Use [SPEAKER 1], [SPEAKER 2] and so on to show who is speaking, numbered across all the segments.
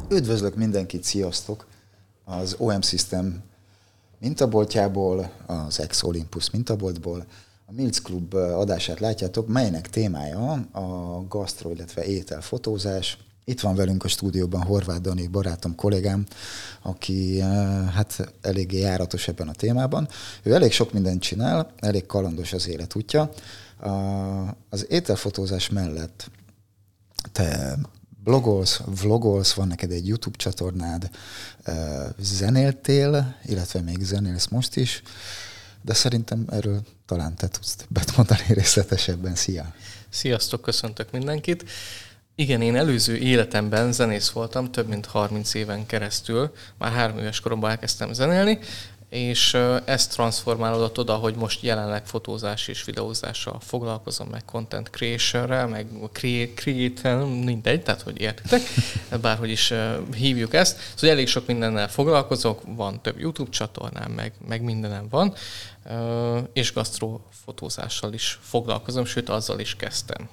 [SPEAKER 1] Üdvözlök mindenkit, sziasztok! Az OM System mintaboltjából, az Ex-Olympus mintaboltból a Milc Club adását látjátok, melynek témája a gasztro, illetve ételfotózás. Itt van velünk a stúdióban Horváth Dani, barátom, kollégám, aki hát eléggé járatos ebben a témában. Ő elég sok mindent csinál, elég kalandos az életútja. Az ételfotózás mellett te blogolsz, vlogolsz, van neked egy YouTube csatornád, zenéltél, illetve még zenélsz most is, de szerintem erről talán te tudsz többet mondani részletesebben. Szia!
[SPEAKER 2] Sziasztok, köszöntök mindenkit! Igen, én előző életemben zenész voltam, több mint 30 éven keresztül, már 3 éves koromban elkezdtem zenélni, és ez transformálódott oda, hogy most jelenleg fotózás és videózással foglalkozom, meg content creation-rel, meg create-rel, mindegy, tehát hogy értitek, bárhogy is hívjuk ezt. Szóval elég sok mindennel foglalkozok, van több YouTube csatornám, meg mindenem van, és gasztrofotózással is foglalkozom, sőt azzal is kezdtem.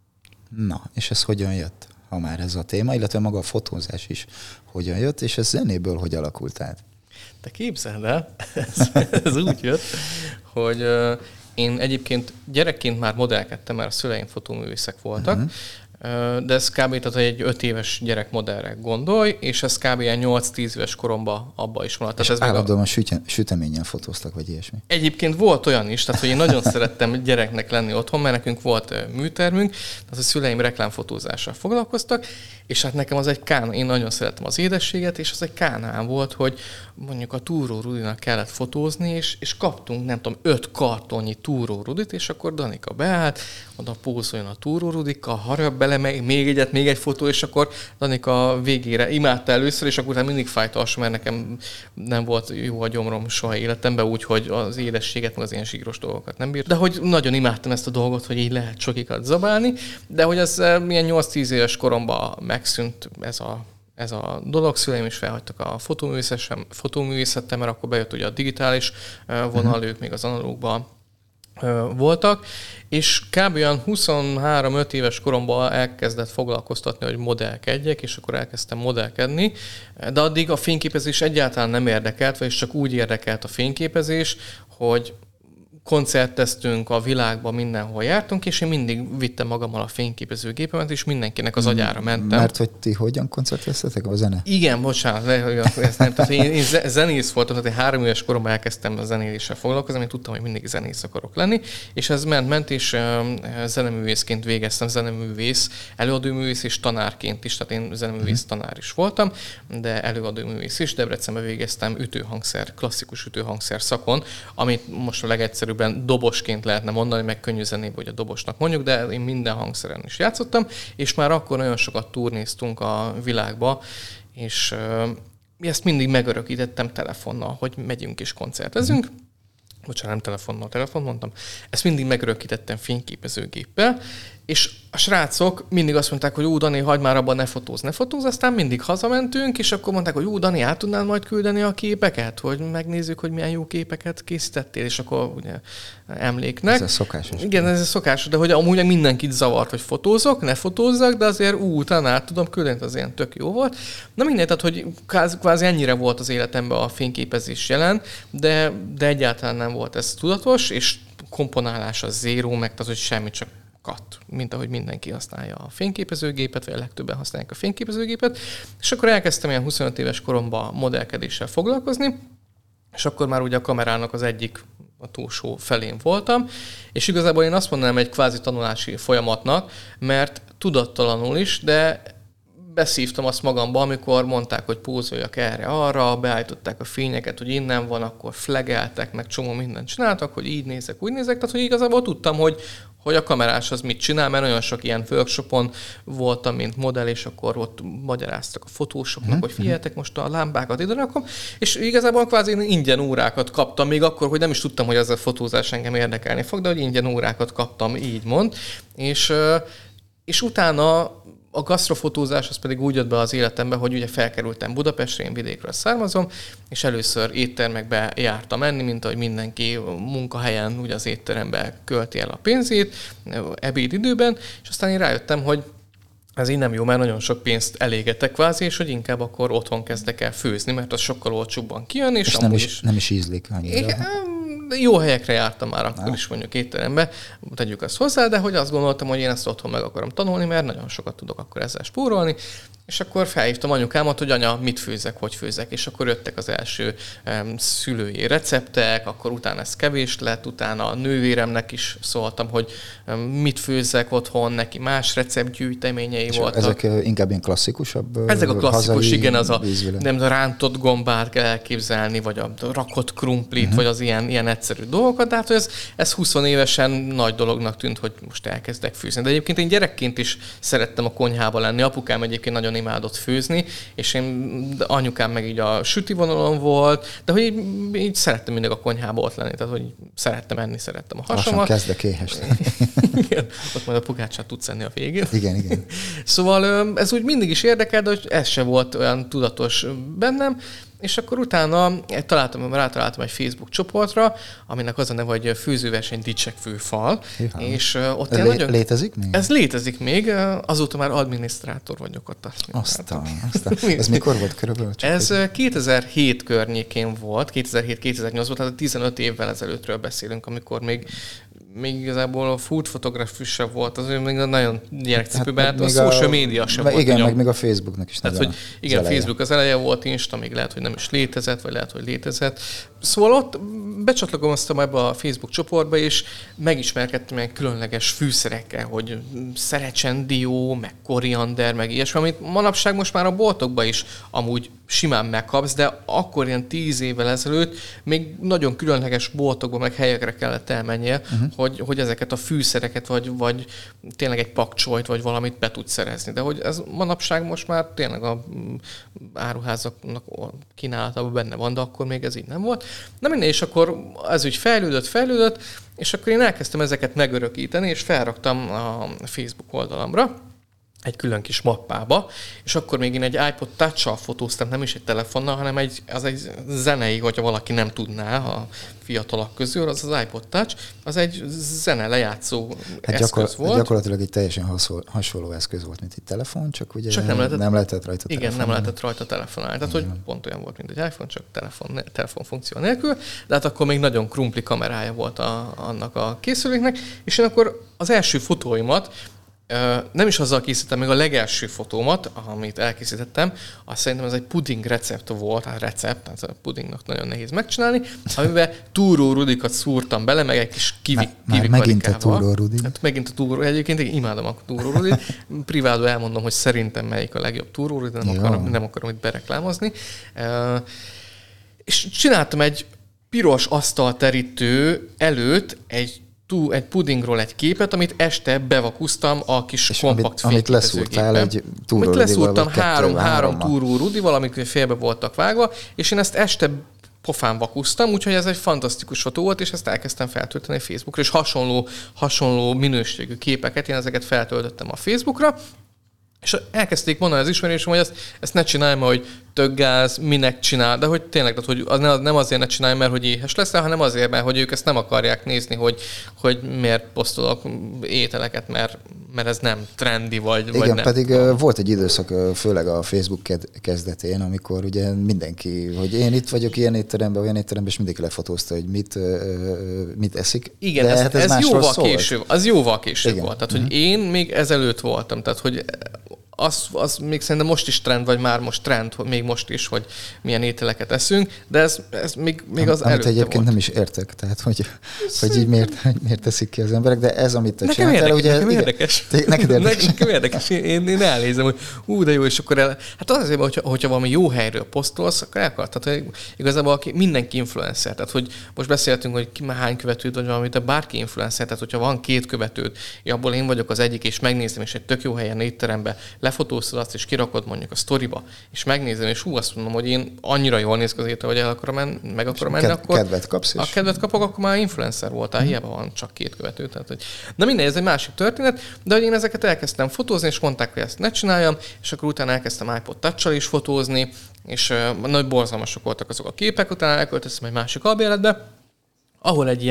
[SPEAKER 1] Na, és ez hogyan jött, ha már ez a téma, illetve maga a fotózás is hogyan jött, és ez zenéből hogy alakult át?
[SPEAKER 2] Te képzeld el, ez úgy jött, hogy én egyébként gyerekként már modellkedtem, mert a szüleim fotóművészek voltak, de ez kb. Tehát egy 5 éves gyerek modellre gondolj, és ez kb. 8-10 éves koromban abba is van.
[SPEAKER 1] És állandóan süteménnyel fotóztak, vagy ilyesmi?
[SPEAKER 2] Egyébként volt olyan is, tehát hogy én nagyon szerettem gyereknek lenni otthon, mert nekünk volt műtermünk, tehát a szüleim reklámfotózással foglalkoztak, és hát nekem az egy kán, én nagyon szerettem az édességet, és az egy kánán volt, hogy mondjuk a Túró Rudinak kellett fotózni, és kaptunk, nem tudom, 5 kartonnyi Túró Rudit, és akkor Danika beállt, oda pózoljon a Túró Rudikkal, harap bele, még egy fotó, és akkor Danika végére imádta először, és akkor mindig fájt alsó, mert nekem nem volt jó a gyomrom soha életemben, úgyhogy az édességet, meg az ilyen zsíros dolgokat nem bírt. De hogy nagyon imádtam ezt a dolgot, hogy így lehet sokikat zabálni, de hogy ez milyen 8-10 éves koromban megszűnt ez a dolog, szüleim is felhagytak a fotóművészettel, mert akkor bejött ugye a digitális vonal, ők még az analógban voltak, és kb. Olyan 23-5 éves koromban elkezdett foglalkoztatni, hogy modellkedjek, és akkor elkezdtem modellkedni, de addig a fényképezés egyáltalán nem érdekelt, vagyis csak úgy érdekelt a fényképezés, hogy koncerteztünk a világban, mindenhol jártunk, és én mindig vittem magammal a fényképezőgépemet, és mindenkinek az agyára mentem.
[SPEAKER 1] Mert hogy ti hogyan koncerteztetek a zene?
[SPEAKER 2] Igen, bocsánat, ezt nem. Tehát én zenész voltam, tehát én 3 éves koromban elkezdtem a zenéléssel foglalkozni, én tudtam, hogy mindig zenész akarok lenni, és ez ment, és zeneművészként végeztem, zeneművész, előadóművész és tanárként is, tehát én zeneművész tanár is voltam, de előadóművész is. Debrecenben végeztem klasszikus ütőhangszer szakon, amit most a legegyszerűbb dobosként lehetne mondani, meg könnyű zenében, hogy a dobosnak mondjuk, de én minden hangszeren is játszottam, és már akkor nagyon sokat turnéztunk a világba, és ezt mindig megörökítettem telefonnal, hogy megyünk és koncertezünk. Bocsánat, nem telefon mondtam. Ezt mindig megörökítettem fényképezőgéppel, és a srácok mindig azt mondták, hogy Dani, hagyd már abban, ne fotózz. Aztán mindig hazamentünk, és akkor mondták, hogy Dani, át tudnál majd küldeni a képeket, hogy megnézzük, hogy milyen jó képeket készítettél, és akkor ugye emléknek.
[SPEAKER 1] Ez a szokásos.
[SPEAKER 2] Igen, ez a szokásos, de hogy amúgy mindenkit zavart, hogy fotózok, ne fotózzak, de azért utána át tudom küldeni, az ilyen tök jó volt. Na mindegy, tehát hogy kvázi ennyire volt az életemben a fényképezés jelen, de egyáltalán nem volt ez tudatos, és komponálás az zéró, meg tehát, hogy semmi, csak mint ahogy mindenki használja a fényképezőgépet, vagy a legtöbben használják a fényképezőgépet. És akkor elkezdtem ilyen 25 éves koromban modellkedéssel foglalkozni, és akkor már ugye a kamerának az egyik a túlsó felén voltam, és igazából én azt mondanám egy kvázi tanulási folyamatnak, mert tudattalanul is, de beszívtam azt magamba, amikor mondták, hogy pózoljak erre-arra, beállították a fényeket, hogy innen van, akkor flegeltek, meg csomó mindent csináltak, hogy így nézek, úgy nézek, tehát hogy igazából tudtam, hogy a kamerás az mit csinál, mert nagyon sok ilyen workshopon voltam, mint modell, és akkor ott magyaráztak a fotósoknak, hogy figyeljetek, most a lámpákat ide rakom, és igazából kvázi ingyen órákat kaptam, még akkor, hogy nem is tudtam, hogy ez a fotózás engem érdekelni fog, de hogy ingyen órákat kaptam, így mond, és utána a gasztrofotózás az pedig úgy jött be az életembe, hogy ugye felkerültem Budapestre, én vidékről származom, és először éttermekbe jártam enni, mint ahogy mindenki munkahelyen ugye az étterembe költi el a pénzét, ebédidőben, és aztán én rájöttem, hogy ez így nem jó, mert nagyon sok pénzt elégetek kvázi, és hogy inkább akkor otthon kezdek el főzni, mert az sokkal olcsóbban kijön, és
[SPEAKER 1] nem is ízlik annyira.
[SPEAKER 2] Jó helyekre jártam már akkor is mondjuk étterembe, tegyük azt hozzá, de hogy azt gondoltam, hogy én ezt otthon meg akarom tanulni, mert nagyon sokat tudok akkor ezzel spórolni, és akkor felhívtam anyukámat, hogy anya, mit főzek, hogy főzek, és akkor jöttek az első szülői receptek, akkor utána ez kevés lett, utána a nővéremnek is szóltam, hogy mit főzek otthon, neki más receptgyűjteményei voltak.
[SPEAKER 1] Ezek inkább ilyen klasszikusabb?
[SPEAKER 2] Ezek a klasszikus, igen, az a rántott gombát kell elképzelni, vagy a rakott krumplit, vagy az ilyen egyszerű dolgokat, de hát hogy ez 20 évesen nagy dolognak tűnt, hogy most elkezdek főzni. De egyébként én gyerekként is szerettem a konyhába lenni, apukám egyébként nagyon imádott főzni, és anyukám meg így a süti vonalon volt, de hogy így szerettem mindig a konyhába ott lenni, tehát hogy szerettem enni, szerettem a hasamat.
[SPEAKER 1] Lassan kezdek éhesni.
[SPEAKER 2] Igen, ott majd a pogácsát tudsz enni a végén.
[SPEAKER 1] Igen.
[SPEAKER 2] Szóval ez úgy mindig is érdekel, de hogy ez se volt olyan tudatos bennem, és akkor utána rátaláltam egy Facebook csoportra, aminek az a neve, hogy Főzőverseny Dicsekvő fal. És ott nagyon...
[SPEAKER 1] Létezik még?
[SPEAKER 2] Ez létezik még, azóta már adminisztrátor vagyok ott.
[SPEAKER 1] Aztán. Ez mikor volt körülbelül?
[SPEAKER 2] Ez 2007 környékén volt, 2007-2008 volt, tehát 15 évvel ezelőttről beszélünk, amikor még igazából a food photography sem volt, az még nagyon gyerekcipőben, hát a social media sem volt.
[SPEAKER 1] Igen, meg még a Facebooknak is.
[SPEAKER 2] Tehát, hogy igen, Facebook az eleje volt, Insta még lehet, hogy nem is létezett, vagy lehet, hogy létezett. Szóval ott becsatlakoztam ebbe a Facebook csoportba, és megismerkedtem ilyen különleges fűszerekkel, hogy szerecsendió, meg koriander, meg ilyesmi, amit manapság most már a boltokban is amúgy simán megkapsz, de akkor ilyen 10 évvel ezelőtt még nagyon különleges boltokban, meg helyekre kellett elmennie, hogy ezeket a fűszereket, vagy tényleg egy pakcsolyt, vagy valamit be tudsz szerezni. De hogy ez manapság most már tényleg a áruházaknak kínálatában benne van, de akkor még ez így nem volt. Na mindegy, és akkor ez úgy fejlődött, és akkor én elkezdtem ezeket megörökíteni, és felraktam a Facebook oldalamra, egy külön kis mappába, és akkor még én egy iPod Touch-sal fotóztam, nem is egy telefonnal, hanem az egy zenei, hogyha valaki nem tudná a fiatalok közül, az iPod Touch, az egy zene lejátszó eszköz volt.
[SPEAKER 1] Gyakorlatilag egy teljesen hasonló eszköz volt, mint egy telefon, csak ugye
[SPEAKER 2] csak
[SPEAKER 1] nem lehetett rajta telefonálni.
[SPEAKER 2] Igen, nem lehetett rajta telefonálni. Tehát, hogy pont olyan volt, mint egy iPhone, csak telefon funkció nélkül, de hát akkor még nagyon krumpli kamerája volt annak a készüléknek, és én akkor az első fotóimat nem is azzal készítettem, meg a legelső fotómat, amit elkészítettem, azt szerintem ez egy puding recept volt, tehát a pudingnak nagyon nehéz megcsinálni, amiben túró rudikat szúrtam bele, meg egy kis kivi
[SPEAKER 1] megint a túró rudi.
[SPEAKER 2] Hát megint a túró, egyébként imádom a túró rudit. Privátban elmondom, hogy szerintem melyik a legjobb túró rudi, nem akarom itt bereklámozni. És csináltam egy piros asztalterítő előtt egy pudingról egy képet, amit este bevakusztam a kis és kompakt fényképezőgépbe.
[SPEAKER 1] Amit leszúrtál egy túró rudival.
[SPEAKER 2] Leszúrtam három túró rudival, amik félbe voltak vágva, és én ezt este pofán vakusztam, úgyhogy ez egy fantasztikus fotó volt, és ezt elkezdtem feltölteni Facebookra, és hasonló minőségű képeket, én ezeket feltöltöttem a Facebookra, és elkezdték mondani az ismerősöm, hogy ezt ne csinálj, mert hogy tök gáz, minek csinál, de hogy tényleg, tehát, hogy az nem azért ne csinálj, mert hogy éhes leszel, hanem azért, mert hogy ők ezt nem akarják nézni, hogy miért posztolok ételeket, mert ez nem trendi, vagy
[SPEAKER 1] igen,
[SPEAKER 2] nem.
[SPEAKER 1] pedig volt egy időszak, főleg a Facebook kezdetén, amikor ugye mindenki, hogy én itt vagyok ilyen étteremben, olyan étteremben, és mindenki lefotózta, hogy mit eszik.
[SPEAKER 2] Igen,
[SPEAKER 1] de
[SPEAKER 2] ez jóval később volt. Tehát, hogy én még ezelőtt voltam, tehát, hogy az még szerintem most is trend, vagy már most trend, még most is, hogy milyen ételeket eszünk, de ez még az előtte
[SPEAKER 1] egyébként
[SPEAKER 2] volt.
[SPEAKER 1] Nem is értek, tehát hogy így miért teszik ki az emberek, de ez, amit te
[SPEAKER 2] csináltál, ugye...
[SPEAKER 1] Nekem érdekes. Neked érdekes.
[SPEAKER 2] Nekem érdekes. Én elnézem, hogy de jó, és akkor hát azért, hogyha valami jó helyről posztolsz, akkor elkart. Tehát hogy igazából mindenki influencer. Tehát, hogy most beszéltünk, hogy ki már hány követőd, vagy valami, de bárki influencer. Tehát, hogyha van 2 követőd, abból én vagyok az egyik, és megnézem, és egy tök jó helyen étterembe lefotózod azt, és kirakod mondjuk a sztoriba, és megnézem, és azt mondom, hogy én annyira jól néz ki az étel, hogy meg akarom menni, akkor
[SPEAKER 1] kedvet kapsz
[SPEAKER 2] a kedvet kapok, akkor már influencer voltál, hiába van csak 2 követő. Tehát, hogy... Na mindegy, ez egy másik történet, de hogy én ezeket elkezdtem fotózni, és mondták, hogy ezt ne csináljam, és akkor utána elkezdtem iPod Touch-sal is fotózni, és nagy borzalmasok voltak azok a képek, utána elköltöztem egy másik albérletbe, ahol egy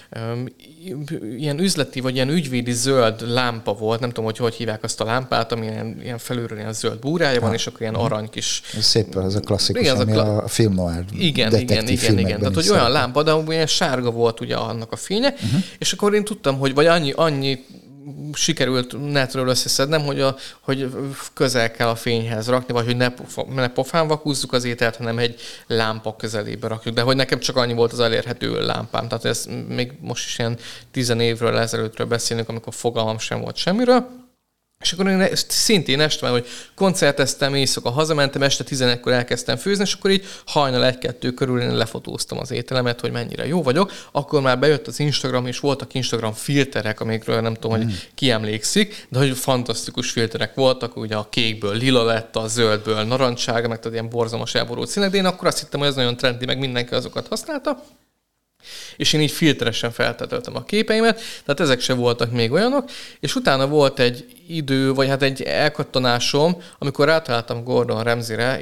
[SPEAKER 2] ilyen üzleti, vagy ilyen ügyvédi zöld lámpa volt, nem tudom, hogy hívják azt a lámpát, ami ilyen felülről ilyen zöld búrája van, és akkor ilyen arany kis...
[SPEAKER 1] Ez szép, az a klasszikus, igen, ami a film noir
[SPEAKER 2] igen. Tehát, hogy olyan lámpa, de olyan sárga volt ugye annak a fénye, és akkor én tudtam, hogy vagy annyi sikerült netről összeszednem, hogy közel kell a fényhez rakni, vagy hogy ne pofán vakúzzuk az ételt, hanem egy lámpa közelébe rakjuk. De hogy nekem csak annyi volt az elérhető lámpám. Tehát ez még most is ilyen 10 évről ezelőttről beszélünk, amikor fogalmam sem volt semmiről. És akkor én szintén este, hogy koncerteztem, éjszaka hazamentem, este 11-kor elkezdtem főzni, és akkor így hajnal 1-2 körül én lefotóztam az ételemet, hogy mennyire jó vagyok. Akkor már bejött az Instagram, és voltak Instagram filterek, amikről nem tudom, hogy ki emlékszik, de hogy fantasztikus filterek voltak, ugye a kékből lila lett, a zöldből narancssárga, meg tehát ilyen borzalmas elborult színek, de én akkor azt hittem, hogy ez nagyon trendi, meg mindenki azokat használta. És én így filteresen feltöltöttem a képeimet, tehát ezek se voltak még olyanok, és utána volt egy idő, vagy hát egy elkattanásom, amikor rátaláltam Gordon Ramsayre,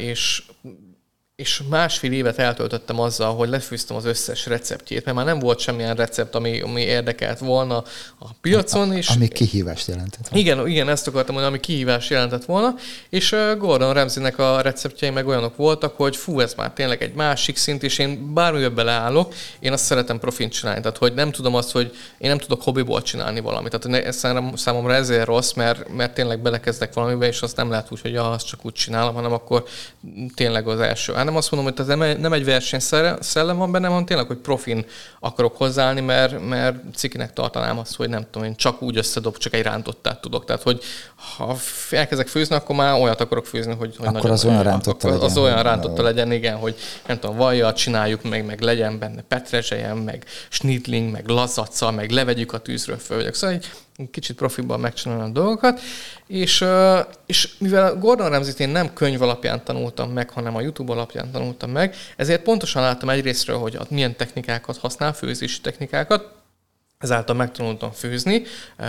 [SPEAKER 2] és 1,5 évet eltöltöttem azzal, hogy lefűztem az összes receptjét, mert már nem volt semmilyen recept, ami érdekelt volna a piacon.
[SPEAKER 1] Ami kihívást jelentett.
[SPEAKER 2] Igen, ezt akartam mondani, ami kihívást jelentett volna, és Gordon Ramsaynek a receptjei meg olyanok voltak, hogy ez már tényleg egy másik szint, és én bármibe beleállok, én azt szeretem profint csinálni, tehát hogy nem tudom azt, hogy én nem tudok hobbiból csinálni valamit. Tehát számomra ezért rossz, mert tényleg belekezdek valamibe, és azt nem lehet úgy, hogy azt csak úgy csinálom, hanem akkor tényleg az első. Nem azt mondom, hogy ez nem egy versenyszellem van bennem, hanem tényleg, hogy profin akarok hozzáállni, mert cikinek tartanám azt, hogy nem tudom, én csak úgy összedob, csak egy rántottát tudok. Tehát, hogy ha elkezdek főzni, akkor már olyat akarok főzni, hogy
[SPEAKER 1] akkor
[SPEAKER 2] nagyon
[SPEAKER 1] az olyan rántotta legyen.
[SPEAKER 2] Az olyan rántotta legyen, igen, hogy nem tudom, vajjal csináljuk meg legyen benne petrezselyem, meg snitling, meg lazaca, meg levegyük a tűzről föl. Szóval egy kicsit profiban megcsinálni a dolgokat, és mivel Gordon Ramsayt én nem könyv alapján tanultam meg, hanem a YouTube alapján tanultam meg, ezért pontosan láttam egyrésztről, hogy milyen technikákat használ, főzési technikákat, ezáltal megtanultam főzni,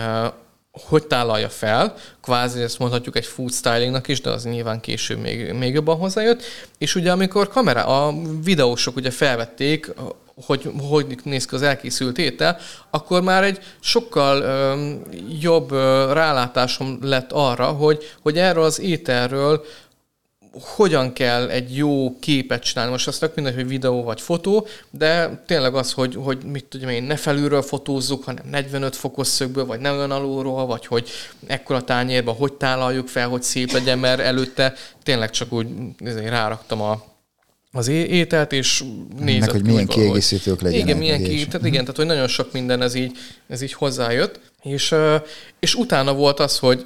[SPEAKER 2] hogy tálalja fel, kvázi ezt mondhatjuk egy food stylingnak is, de az nyilván később még jobban hozzájött, és ugye amikor a videósok ugye felvették, hogy néz ki az elkészült étel, akkor már egy sokkal jobb rálátásom lett arra, hogy erről az ételről hogyan kell egy jó képet csinálni. Most azt tök mindegy, hogy videó vagy fotó, de tényleg az, hogy mit tudjam én, ne felülről fotózzuk, hanem 45 fokos szögből, vagy ne olyan alulról, vagy hogy ekkora tányérban hogy tálaljuk fel, hogy szép legyen, mert előtte tényleg csak úgy ráraktam az ételt, és nézett
[SPEAKER 1] meg, hogy milyen kiegészítők legyenek.
[SPEAKER 2] Igen, tehát hogy nagyon sok minden ez így hozzájött, és utána volt az, hogy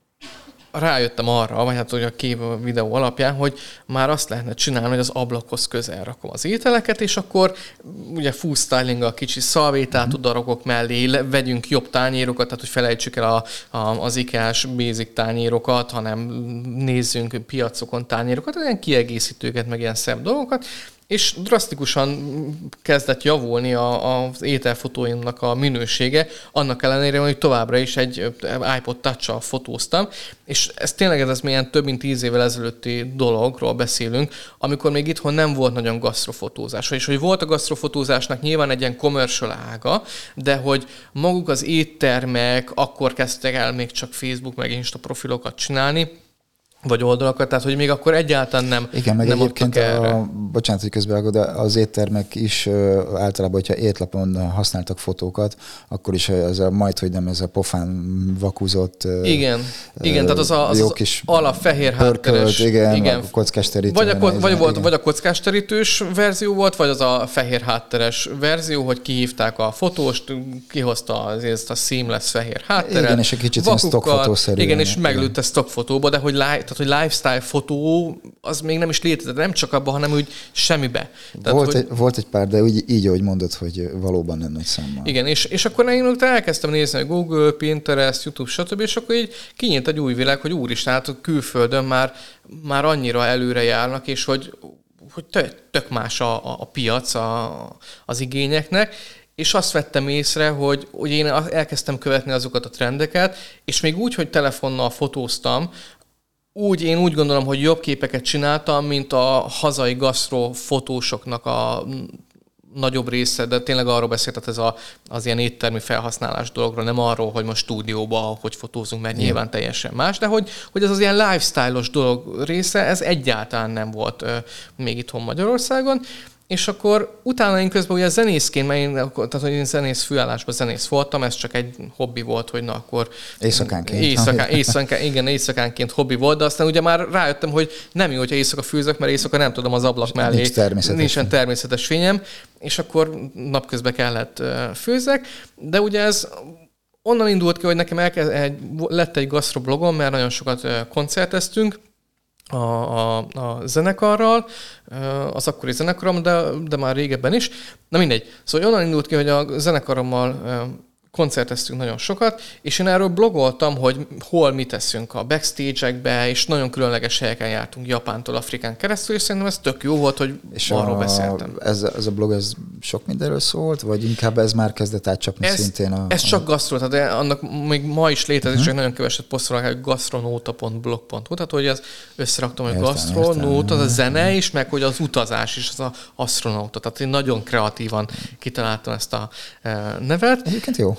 [SPEAKER 2] rájöttem arra, vagy hát hogy a kép videó alapján, hogy már azt lehetne csinálni, hogy az ablakhoz közel rakom az ételeket, és akkor ugye food stylinggal kicsi szalvétát oda rakok mellé, vegyünk jobb tányérokat, tehát hogy felejtsük el az IKEA-s basic tányérokat, hanem nézzünk piacokon tányérokat, ilyen kiegészítőket, meg ilyen szebb dolgokat, és drasztikusan kezdett javulni az ételfotóimnak a minősége, annak ellenére, hogy továbbra is egy iPod Touch-sal fotóztam, és ez tényleg ez milyen több mint 10 évvel ezelőtti dologról beszélünk, amikor még itthon nem volt nagyon gasztrofotózás. És hogy volt a gasztrofotózásnak nyilván egy ilyen commercial ága, de hogy maguk az éttermek akkor kezdtek el még csak Facebook meg Insta profilokat csinálni, vagy oldalakat, tehát hogy még akkor egyáltalán nem.
[SPEAKER 1] Igen, meg
[SPEAKER 2] nem
[SPEAKER 1] egyébként bocsánat, hogy közbevágod, de az éttermek is általában, hogyha étlapon használtak fotókat, akkor is majdhogy nem ez a pofán vakúzott.
[SPEAKER 2] Igen, tehát az alapfehér hátteres.
[SPEAKER 1] Igen, a kockás terítő.
[SPEAKER 2] Vagy a kockás terítős verzió volt, vagy az a fehér hátteres verzió, hogy kihívták a fotóst, kihozta ezt a seamless fehér hátteret. Igen,
[SPEAKER 1] és egy kicsit stockfotószerű.
[SPEAKER 2] Igen, és meglőtte stockfotóba, de hogy lifestyle fotó az még nem is létezett, nem csak abban, hanem úgy semmibe. Tehát,
[SPEAKER 1] volt egy pár, de így, ahogy mondod, hogy valóban nem nagy számmal.
[SPEAKER 2] Igen, és akkor én elkezdtem nézni, hogy Google, Pinterest, YouTube, stb., és akkor így kinyílt egy új világ, hogy úristen, hát külföldön már annyira előre járnak, és hogy tök más a piac az igényeknek, és azt vettem észre, hogy én elkezdtem követni azokat a trendeket, és még úgy, hogy telefonnal fotóztam, én úgy gondolom, hogy jobb képeket csináltam, mint a hazai gasztrofotósoknak a nagyobb része, de tényleg arról beszélt, tehát ez az ilyen éttermi felhasználás dologról, nem arról, hogy most stúdióba, hogy fotózunk, mert nyilván teljesen más, de hogy ez az ilyen lifestyle-os dolog része, ez egyáltalán nem volt még itthon Magyarországon. És akkor utána én közben ugye zenészként, tehát hogy én zenész főállásban zenész voltam, ez csak egy hobbi volt, hogy na akkor... Éjszakánként hobbi volt, de aztán ugye már rájöttem, hogy nem jó, hogyha éjszaka fűzök, mert éjszaka nem tudom az ablak mellé. Nincsen természetes fényem, és akkor napközben kellett főzek, de ugye ez onnan indult ki, hogy nekem lett egy gasztroblogom, mert nagyon sokat koncerteztünk, a zenekarral, az akkori zenekarom, de már régebben is. Na mindegy. Szóval onnan indult ki, hogy a zenekarommal koncerteztünk nagyon sokat, és én erről blogoltam, hogy hol mit teszünk a backstage-ekbe, és nagyon különleges helyeken jártunk Japántól Afrikán keresztül, és szerintem ez tök jó volt, hogy és arról beszéltem.
[SPEAKER 1] Ez a blog, ez sok mindenről szólt, vagy inkább ez már kezdett átcsapni szintén
[SPEAKER 2] Ez csak gasztro, tehát annak még ma is létezik, csak nagyon keveset posztolnak, hogy gastronóta.blog.hu, tehát hogy ez összeraktam, hogy gastronóta, az a zene is, meg hogy az utazás is, az a asztronauta. Tehát én nagyon kreatívan kitaláltam ezt a nevet.
[SPEAKER 1] Egyébként jó.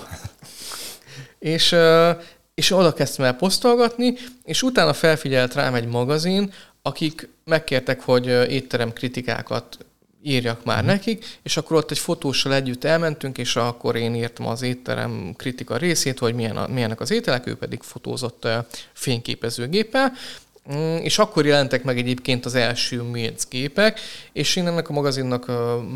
[SPEAKER 2] És oda kezdtem el posztolgatni, és utána felfigyelt rám egy magazin, akik megkértek, hogy étterem kritikákat írjak már nekik, és akkor ott egy fotóssal együtt elmentünk, és akkor én írtam az étterem kritika részét, hogy milyenek az ételek, ő pedig fotózott fényképezőgéppel, és akkor jelentek meg egyébként az első Mills gépek, és én ennek a magazinnak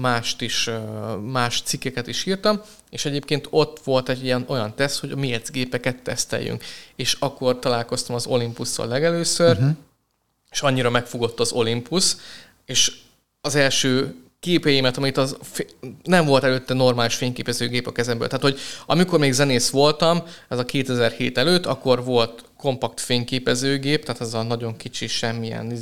[SPEAKER 2] más cikkeket is írtam, és egyébként ott volt egy olyan teszt, hogy a Mills gépeket teszteljünk. És akkor találkoztam az Olympusszal legelőször, és annyira megfogott az Olympus, és az első képeimet, amit nem volt előtte normális fényképezőgép a kezemből. Tehát, hogy amikor még zenész voltam, ez a 2007 előtt, akkor volt kompakt fényképezőgép, tehát az a nagyon kicsi, semmilyen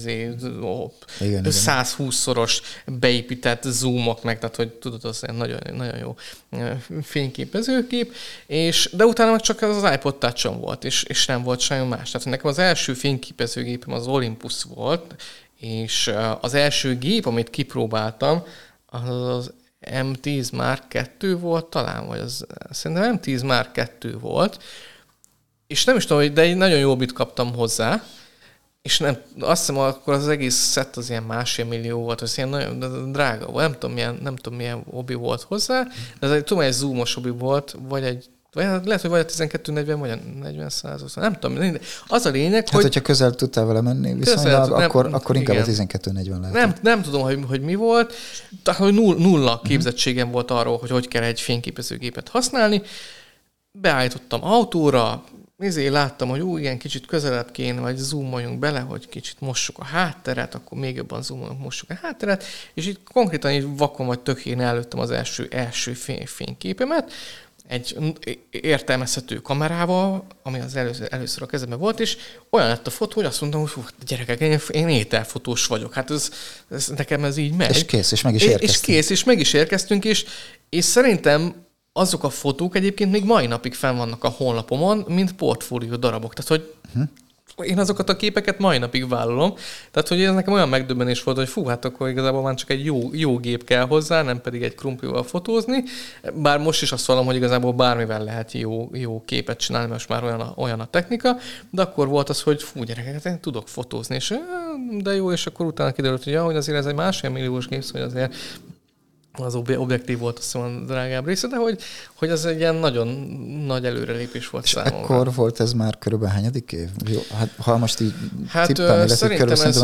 [SPEAKER 2] 120-szoros beépített zoomok meg, tehát, hogy tudod, az nagyon, nagyon jó fényképezőgép, de utána meg csak az iPod Touch-on volt, és nem volt semmi más. Tehát nekem az első fényképezőgépem az Olympus volt, és az első gép, amit kipróbáltam, az M10 Mark II volt talán, vagy szerintem M10 Mark II volt, és nem is tudom, de egy nagyon jó bit kaptam hozzá, és azt hiszem, akkor az egész szett az ilyen 1,5 millió volt, az ilyen nagyon drága volt, nem tudom milyen hobby volt hozzá, de ez egy zoomos hobby volt, lehet, hogy vagy a 1240, vagy a 40-100, nem tudom. Az a lényeg,
[SPEAKER 1] hogy... hogyha közel tudtál vele menni viszonylag, akkor inkább a 1240 lehet.
[SPEAKER 2] Nem tudom, hogy mi volt, tehát hogy nulla képzettségem volt arról, hogy kell egy fényképezőgépet használni. Beállítottam autóra, láttam, hogy igen, kicsit közelebb kéne, vagy zoomoljunk bele, hogy kicsit mossuk a hátteret, akkor még jobban zoomolunk, mossuk a hátteret, és itt konkrétan így vakon vagy tökén előttem az első fényképemet, egy értelmezhető kamerával, ami az először a kezemben volt, és olyan lett a fotó, hogy azt mondtam, hogy gyerekek, én ételfotós vagyok, hát nekem ez így megy.
[SPEAKER 1] És kész, és meg is érkeztünk.
[SPEAKER 2] És kész, és meg is érkeztünk, és szerintem azok a fotók egyébként még mai napig fenn vannak a honlapomon, mint portfólió darabok. Tehát, hogy én azokat a képeket mai napig vállalom. Tehát, hogy ez nekem olyan megdöbbenés volt, hogy hát akkor igazából már csak egy jó gép kell hozzá, nem pedig egy krumplival fotózni. Bár most is azt vallom, hogy igazából bármivel lehet jó képet csinálni, most már olyan a technika, de akkor volt az, hogy gyerekeket, én tudok fotózni, és de jó, és akkor utána kiderült, hogy azért ez egy 1,5 milliós gép, hogy azért az objektív volt azt mondom, a drágább része, de hogy az egy ilyen nagyon nagy előrelépés volt számomra. És
[SPEAKER 1] akkor volt ez már körülbelül hányadik év? Jó, hát ha most így
[SPEAKER 2] szerintem ez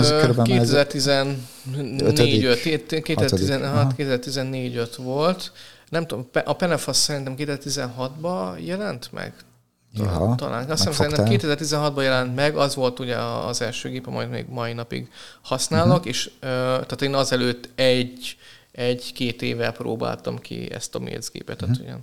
[SPEAKER 2] 2014-5 volt. Nem tudom, a Penefasz szerintem 2016-ban jelent meg. Talán. Azt hiszem, szerintem 2016-ban jelent meg, az volt ugye az első gép, amit még mai napig használok, és tehát én azelőtt egy-két évvel próbáltam ki ezt a Mills gépet, tehát olyan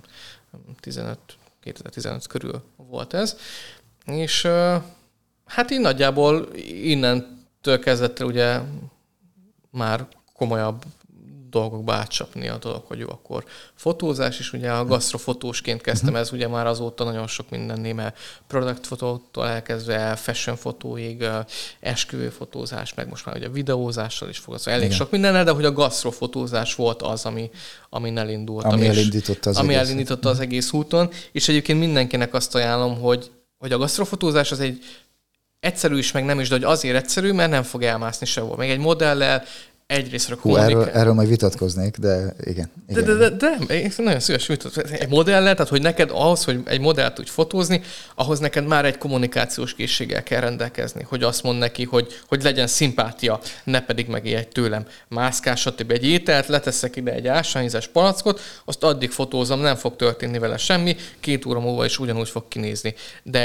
[SPEAKER 2] 2015 körül volt ez. És hát így nagyjából innentől kezdett el ugye már komolyabb dolgokba átcsapni a dolog, hogy jó, akkor fotózás, és ugye a gasztrofotósként kezdtem, ez ugye már azóta nagyon sok mindennél, mert product fotótól elkezdve fashion fotóig, esküvőfotózás, meg most már ugye videózással is foglalkozom, elég sok mindennel, de hogy a gasztrofotózás volt az, amin elindultam. Ami elindította az egész úton, és egyébként mindenkinek azt ajánlom, hogy a gasztrofotózás az egy egyszerű is, meg nem is, de hogy azért egyszerű, mert nem fog elmászni sehol. Még egy modellel egyrésztről
[SPEAKER 1] erről majd vitatkoznék, de igen.
[SPEAKER 2] De nagyon szíves vitatkoznék. Egy modellel, tehát hogy neked ahhoz, hogy egy modellt tudj fotózni, ahhoz neked már egy kommunikációs készséggel kell rendelkezni, hogy azt mond neki, hogy legyen szimpátia, ne pedig megijedj tőlem. Mászkás, stb. Egy ételt, leteszek ide egy ásványvizes palackot, azt addig fotózom, nem fog történni vele semmi, 2 óra múlva is ugyanúgy fog kinézni. De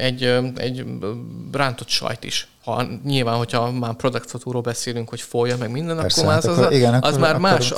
[SPEAKER 2] egy rántott sajt is. Nyilván, hogyha már product fotóról beszélünk, hogy folyja meg minden, persze, akkor már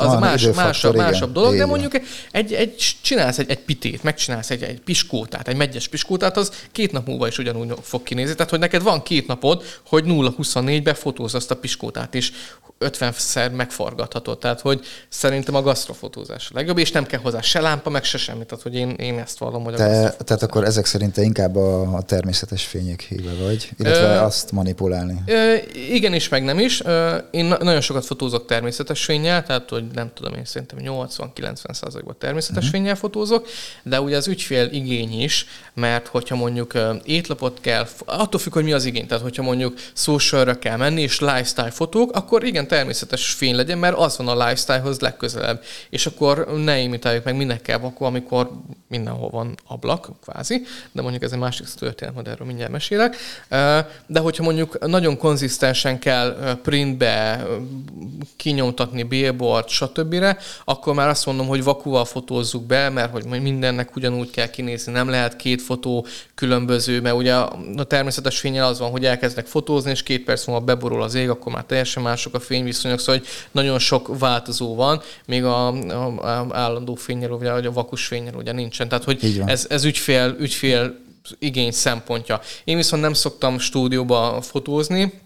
[SPEAKER 2] másabb dolog, igen. De mondjuk csinálsz egy pitét, megcsinálsz egy piskótát, egy meggyes piskótát, az 2 nap múlva is ugyanúgy fog kinézni. Tehát, hogy neked van 2 napod, hogy 0-24-be fotózz azt a piskótát is, 50-szer megforgathatod. Tehát, hogy szerintem a gasztrofotózás a legjobb, és nem kell hozzá se lámpa, meg se semmi. Tehát, hogy én ezt vallom, hogy
[SPEAKER 1] tehát akkor ezek szerint inkább a természetes fények híve vagy, illetve azt manipulálni.
[SPEAKER 2] Igen is, meg nem is. Én nagyon sokat fotózok természetes fénnyel, tehát, hogy nem tudom, én szerintem 80-90%-ban természetes fénnyel fotózok, de ugye az ügyfél igény is, mert hogyha mondjuk étlapot kell, attól függ, hogy mi az igény, tehát hogyha mondjuk socialra kell menni, és lifestyle fotók, akkor igen, természetes fény legyen, mert az van a lifestylehoz legközelebb. És akkor ne imitáljuk meg, minek kell vakó, amikor mindenhol van ablak, kvázi, de mondjuk ez egy másik történet, majd erről mindjárt mesélek. De hogyha mondjuk nagyon konzisztensen kell printbe kinyomtatni, billboard, stb., akkor már azt mondom, hogy vakúval fotózzuk be, mert hogy mindennek ugyanúgy kell kinézni, nem lehet 2 fotó különböző, mert ugye a természetes fénnyel az van, hogy elkezdek fotózni, és 2 perc múlva beborul az ég, akkor már teljesen mások a fényviszonyok, szóval hogy nagyon sok változó van, még a állandó fénnyel, vagy a vakus fénnyel ugye nincsen. Tehát, hogy ez ügyfél igény szempontja. Én viszont nem szoktam stúdióba fotózni,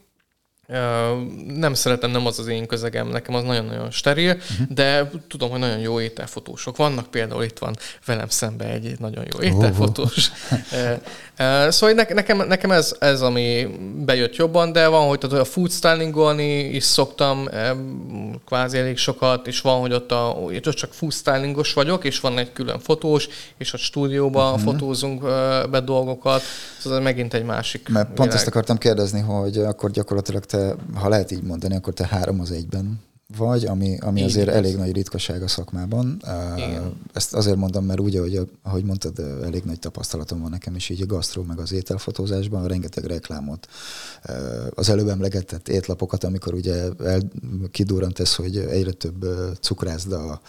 [SPEAKER 2] nem szeretem, nem az én közegem, nekem az nagyon-nagyon steril, de tudom, hogy nagyon jó ételfotósok vannak, például itt van velem szembe egy nagyon jó ételfotós. Szóval nekem ez, ami bejött jobban, de van, hogy a food stylingolni is szoktam kvázi elég sokat, és van, hogy ott csak food stylingos vagyok, és van egy külön fotós, és a stúdióban fotózunk be dolgokat, szóval ez megint egy másik
[SPEAKER 1] Mert pont világ. Ezt akartam kérdezni, hogy akkor gyakorlatilag te, ha lehet így mondani, akkor te 3-1-ben vagy, ami azért elég nagy ritkaság a szakmában. Ezt azért mondom, mert úgy, ahogy mondtad, elég nagy tapasztalatom van nekem is így a gasztró, meg az ételfotózásban, rengeteg reklámot, az előbb emlegetett étlapokat, amikor ugye kidurrant ez, hogy egyre több cukrászda,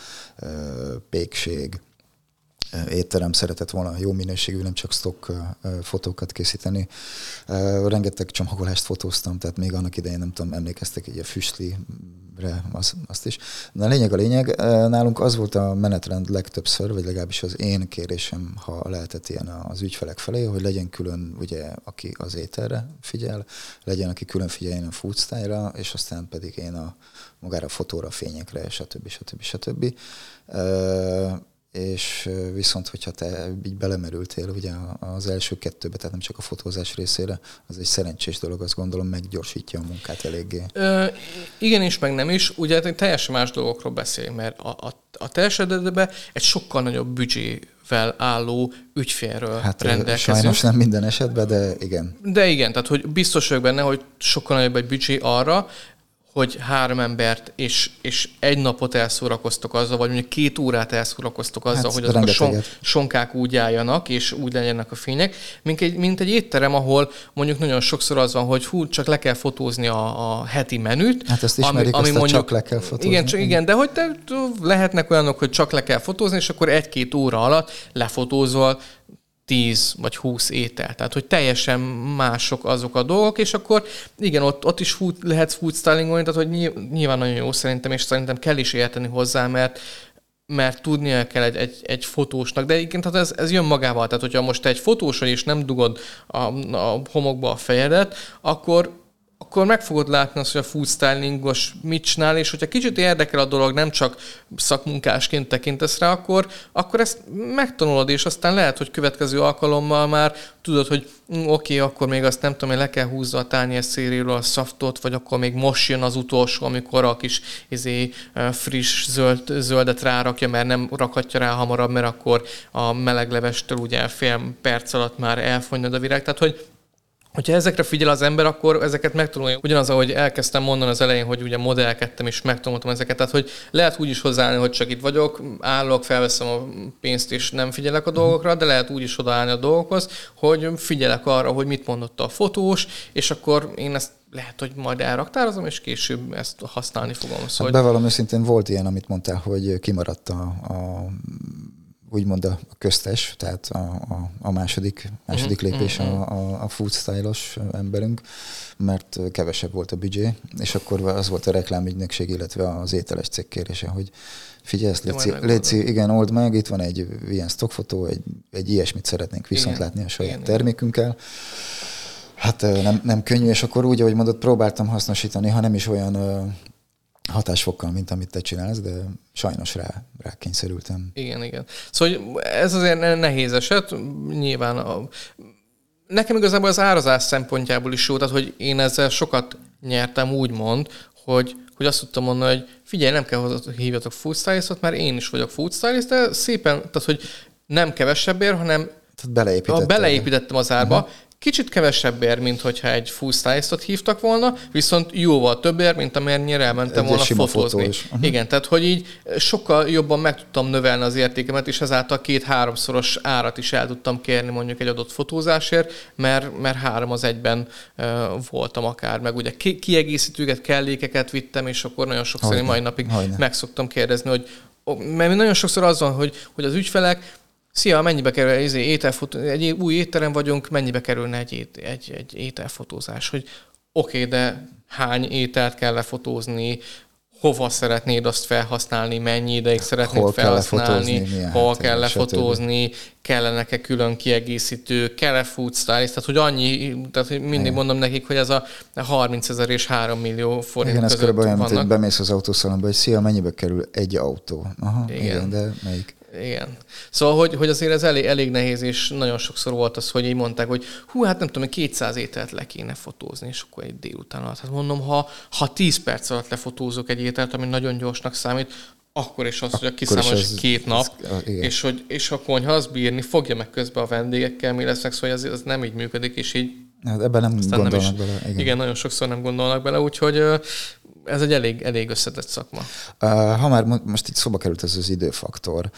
[SPEAKER 1] pékség, étterem szeretett volna jó minőségű, nem csak stock fotókat készíteni. Rengeteg csomagolást fotóztam, tehát még annak idején nem tudom, emlékeztek így a füstlire, azt is. De a lényeg, nálunk az volt a menetrend legtöbbször, vagy legalábbis az én kérésem, ha lehetett ilyen az ügyfelek felé, hogy legyen külön, ugye, aki az ételre figyel, legyen, aki külön figyeljen a food style-ra, és aztán pedig én magára a fotóra, fényekre, stb. És viszont, hogyha te így belemerültél ugye az első 2-be, tehát nem csak a fotózás részére, az egy szerencsés dolog, azt gondolom meggyorsítja a munkát eléggé.
[SPEAKER 2] Igen is, meg nem is. Ugye teljesen más dolgokról beszélünk, mert a teljes eredetben egy sokkal nagyobb büdzsével álló ügyfélről rendelkezünk.
[SPEAKER 1] Sajnos nem minden esetben, de igen.
[SPEAKER 2] De igen, tehát hogy biztos vagyok benne, hogy sokkal nagyobb egy büdzsé arra, hogy 3 embert és egy napot elszórakoztok azzal, vagy mondjuk 2 órát elszórakoztok azzal, hogy azok a sonkák úgy álljanak, és úgy legyenek a fények, mint egy étterem, ahol mondjuk nagyon sokszor az van, hogy csak le kell fotózni a heti menüt.
[SPEAKER 1] Hát ezt ismerik, ami mondjuk, csak le kell fotózni.
[SPEAKER 2] Igen, de hogy lehetnek olyanok, hogy csak le kell fotózni, és akkor 1-2 óra alatt lefotózol 10 vagy 20 étel. Tehát, hogy teljesen mások azok a dolgok, és akkor igen, ott is lehet food stylingolni, tehát, hogy nyilván nagyon jó szerintem, és szerintem kell is érteni hozzá, mert tudnia kell egy fotósnak, de igen, tehát ez jön magával. Tehát, hogyha most te egy fotós vagy, és nem dugod a homokba a fejedet, akkor akkor meg fogod látni azt, hogy a food stylingos mit csinál, és hogyha kicsit érdekel a dolog, nem csak szakmunkásként tekintesz rá, akkor ezt megtanulod, és aztán lehet, hogy következő alkalommal már tudod, hogy oké, akkor még azt nem tudom, hogy le kell húzza a tányér széléről a szaftot, vagy akkor még most jön az utolsó, amikor a kis friss zöldet rárakja, mert nem rakhatja rá hamarabb, mert akkor a meleglevestől ugye fél perc alatt már elfonyad a virág. Tehát, hogyha ezekre figyel az ember, akkor ezeket megtanulja. Ugyanaz, ahogy elkezdtem mondani az elején, hogy ugye modellkedtem és megtanultam ezeket. Tehát, hogy lehet úgy is hozzáállni, hogy csak itt vagyok, állok, felveszem a pénzt és nem figyelek a dolgokra, de lehet úgy is odaállni a dolgokhoz, hogy figyelek arra, hogy mit mondott a fotós, és akkor én ezt lehet, hogy majd elraktározom, és később ezt használni fogom. Szóval,
[SPEAKER 1] hát bevallom őszintén volt ilyen, amit mondtál, hogy kimaradt úgymond a köztes, tehát a második lépés a food style-os emberünk, mert kevesebb volt a büdzsé, és akkor az volt a reklámügynökség, illetve az ételes cég kérése, hogy figyelj, ezt léci, igen, old meg, itt van egy ilyen stockfotó, egy ilyesmit szeretnénk viszont látni a saját termékünkkel. Hát nem könnyű, és akkor úgy, ahogy mondod, próbáltam hasznosítani, ha nem is olyan hatásfokkal, mint amit te csinálsz, de sajnos rá kényszerültem.
[SPEAKER 2] Igen. Szóval ez azért nehéz eset. Nyilván nekem igazából az árazás szempontjából is jó, tehát hogy én ezzel sokat nyertem úgymond, hogy azt tudtam mondani, hogy figyelj, nem kell hívjatok food stylistot, mert én is vagyok food stylist, de szépen, tehát hogy nem kevesebbért, hanem beleépítettem az árba. Kicsit kevesebbért, mint hogyha egy full stylistot hívtak volna, viszont jóval többért, mint amennyire elmentem volna fotózni. Igen, tehát hogy így sokkal jobban meg tudtam növelni az értékemet, és ezáltal 2-3-szoros árat is el tudtam kérni mondjuk egy adott fotózásért, mert 3 az 1-ben voltam akár, meg ugye kiegészítőket, kellékeket vittem, és akkor nagyon sokszor én mai napig meg szoktam kérdezni, hogy mert nagyon sokszor az van, hogy az ügyfelek, szia, mennyibe kerül egy új étterem vagyunk, mennyibe kerülne egy ételfotózás? Hogy oké, de hány ételt kell lefotózni, hova szeretnéd azt felhasználni, mennyi ideig szeretnéd felhasználni, hol kell lefotózni, kellenek-e külön kiegészítő, kell-e food stylist, tehát hogy tehát hogy mindig mondom nekik, hogy ez a 30 000 és 3 millió forint
[SPEAKER 1] igen,
[SPEAKER 2] között
[SPEAKER 1] ez körülbelül
[SPEAKER 2] vannak.
[SPEAKER 1] Olyan, hogy bemész az autószalomba, hogy szia, mennyibe kerül egy autó? Aha, igen, de melyik?
[SPEAKER 2] Igen. Szóval, hogy azért ez elég nehéz, és nagyon sokszor volt az, hogy így mondták, hogy hát nem tudom, 200 ételt le kéne fotózni, és akkor egy délután alatt. Hát mondom, ha 10 perc alatt lefotózok egy ételt, ami nagyon gyorsnak számít, akkor is az, hogy a kiszámolás 2 nap, és a konyha az bírni fogja meg közben a vendégekkel, mi lesznek, szóval ez nem így működik, és így
[SPEAKER 1] hát ebben nem gondolnak bele.
[SPEAKER 2] Igen, nagyon sokszor nem gondolnak bele, úgyhogy ez egy elég összetett szakma.
[SPEAKER 1] Ha már most itt szóba került ez az időfaktor,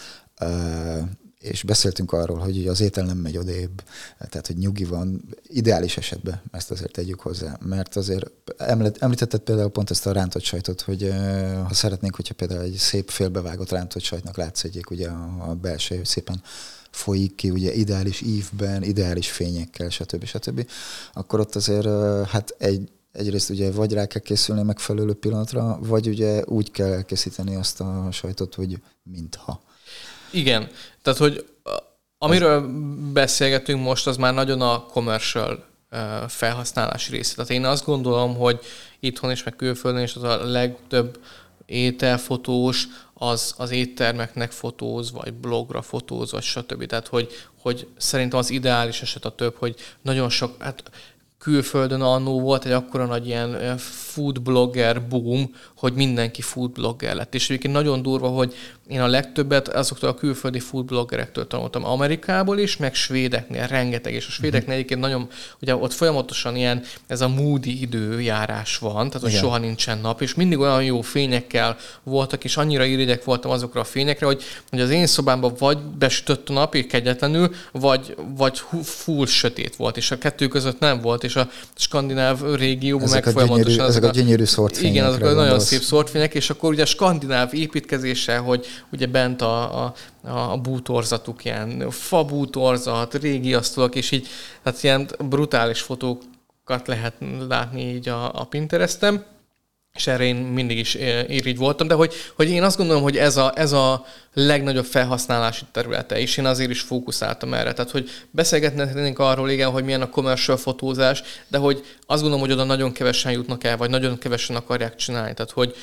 [SPEAKER 1] és beszéltünk arról, hogy az étel nem megy odébb, tehát hogy nyugi van, ideális esetben ezt azért tegyük hozzá, mert azért említetted például pont ezt a rántott sajtot, hogy ha szeretnénk, hogyha például egy szép félbevágott rántott sajtnak látszódjék ugye a belső, hogy szépen folyik ki, ugye ideális ívben, ideális fényekkel, stb. Akkor ott azért hát egyrészt ugye vagy rá kell készülni megfelelő pillanatra, vagy ugye úgy kell elkészíteni azt a sajtot, hogy mintha.
[SPEAKER 2] Igen, tehát hogy amiről beszélgetünk most, az már nagyon a commercial felhasználási része. Tehát én azt gondolom, hogy itthon is, meg külföldön is az a legtöbb ételfotós az éttermeknek fotóz, vagy blogra fotóz, vagy stb. Tehát, hogy szerintem az ideális eset a több, hogy nagyon sok, hát külföldön annó volt egy akkora nagy ilyen food blogger boom, hogy mindenki food blogger lett. És egyébként nagyon durva, hogy én a legtöbbet azoktól a külföldi food bloggerektől tanultam. Amerikából is, meg svédeknél rengeteg. És a svédeknél egyébként nagyon, ugye ott folyamatosan ilyen ez a moody időjárás van, tehát hogy soha nincsen nap, és mindig olyan jó fényekkel voltak, és annyira irigyek voltam azokra a fényekre, hogy az én szobámban vagy besütött a nap, kegyetlenül, vagy full sötét volt, és a kettő között nem volt, és a skandináv régióban meg folyamatosan
[SPEAKER 1] ezek a gyönyörű szórtfények.
[SPEAKER 2] Igen, azok a nagyon szép szórtfények, és akkor ugye a skandináv építkezéssel, hogy ugye bent a bútorzatuk ilyen fabútorzat, régi asztalok, és így hát ilyen brutális fotókat lehet látni így a Pinteresten. és erre én mindig is irigy voltam, de hogy én azt gondolom, hogy ez a legnagyobb felhasználási területe, és én azért is fókuszáltam erre. Tehát, hogy beszélgetnénk arról, igen, hogy milyen a commercial fotózás, de hogy azt gondolom, hogy oda nagyon kevesen jutnak el, vagy nagyon kevesen akarják csinálni. Tehát, hogy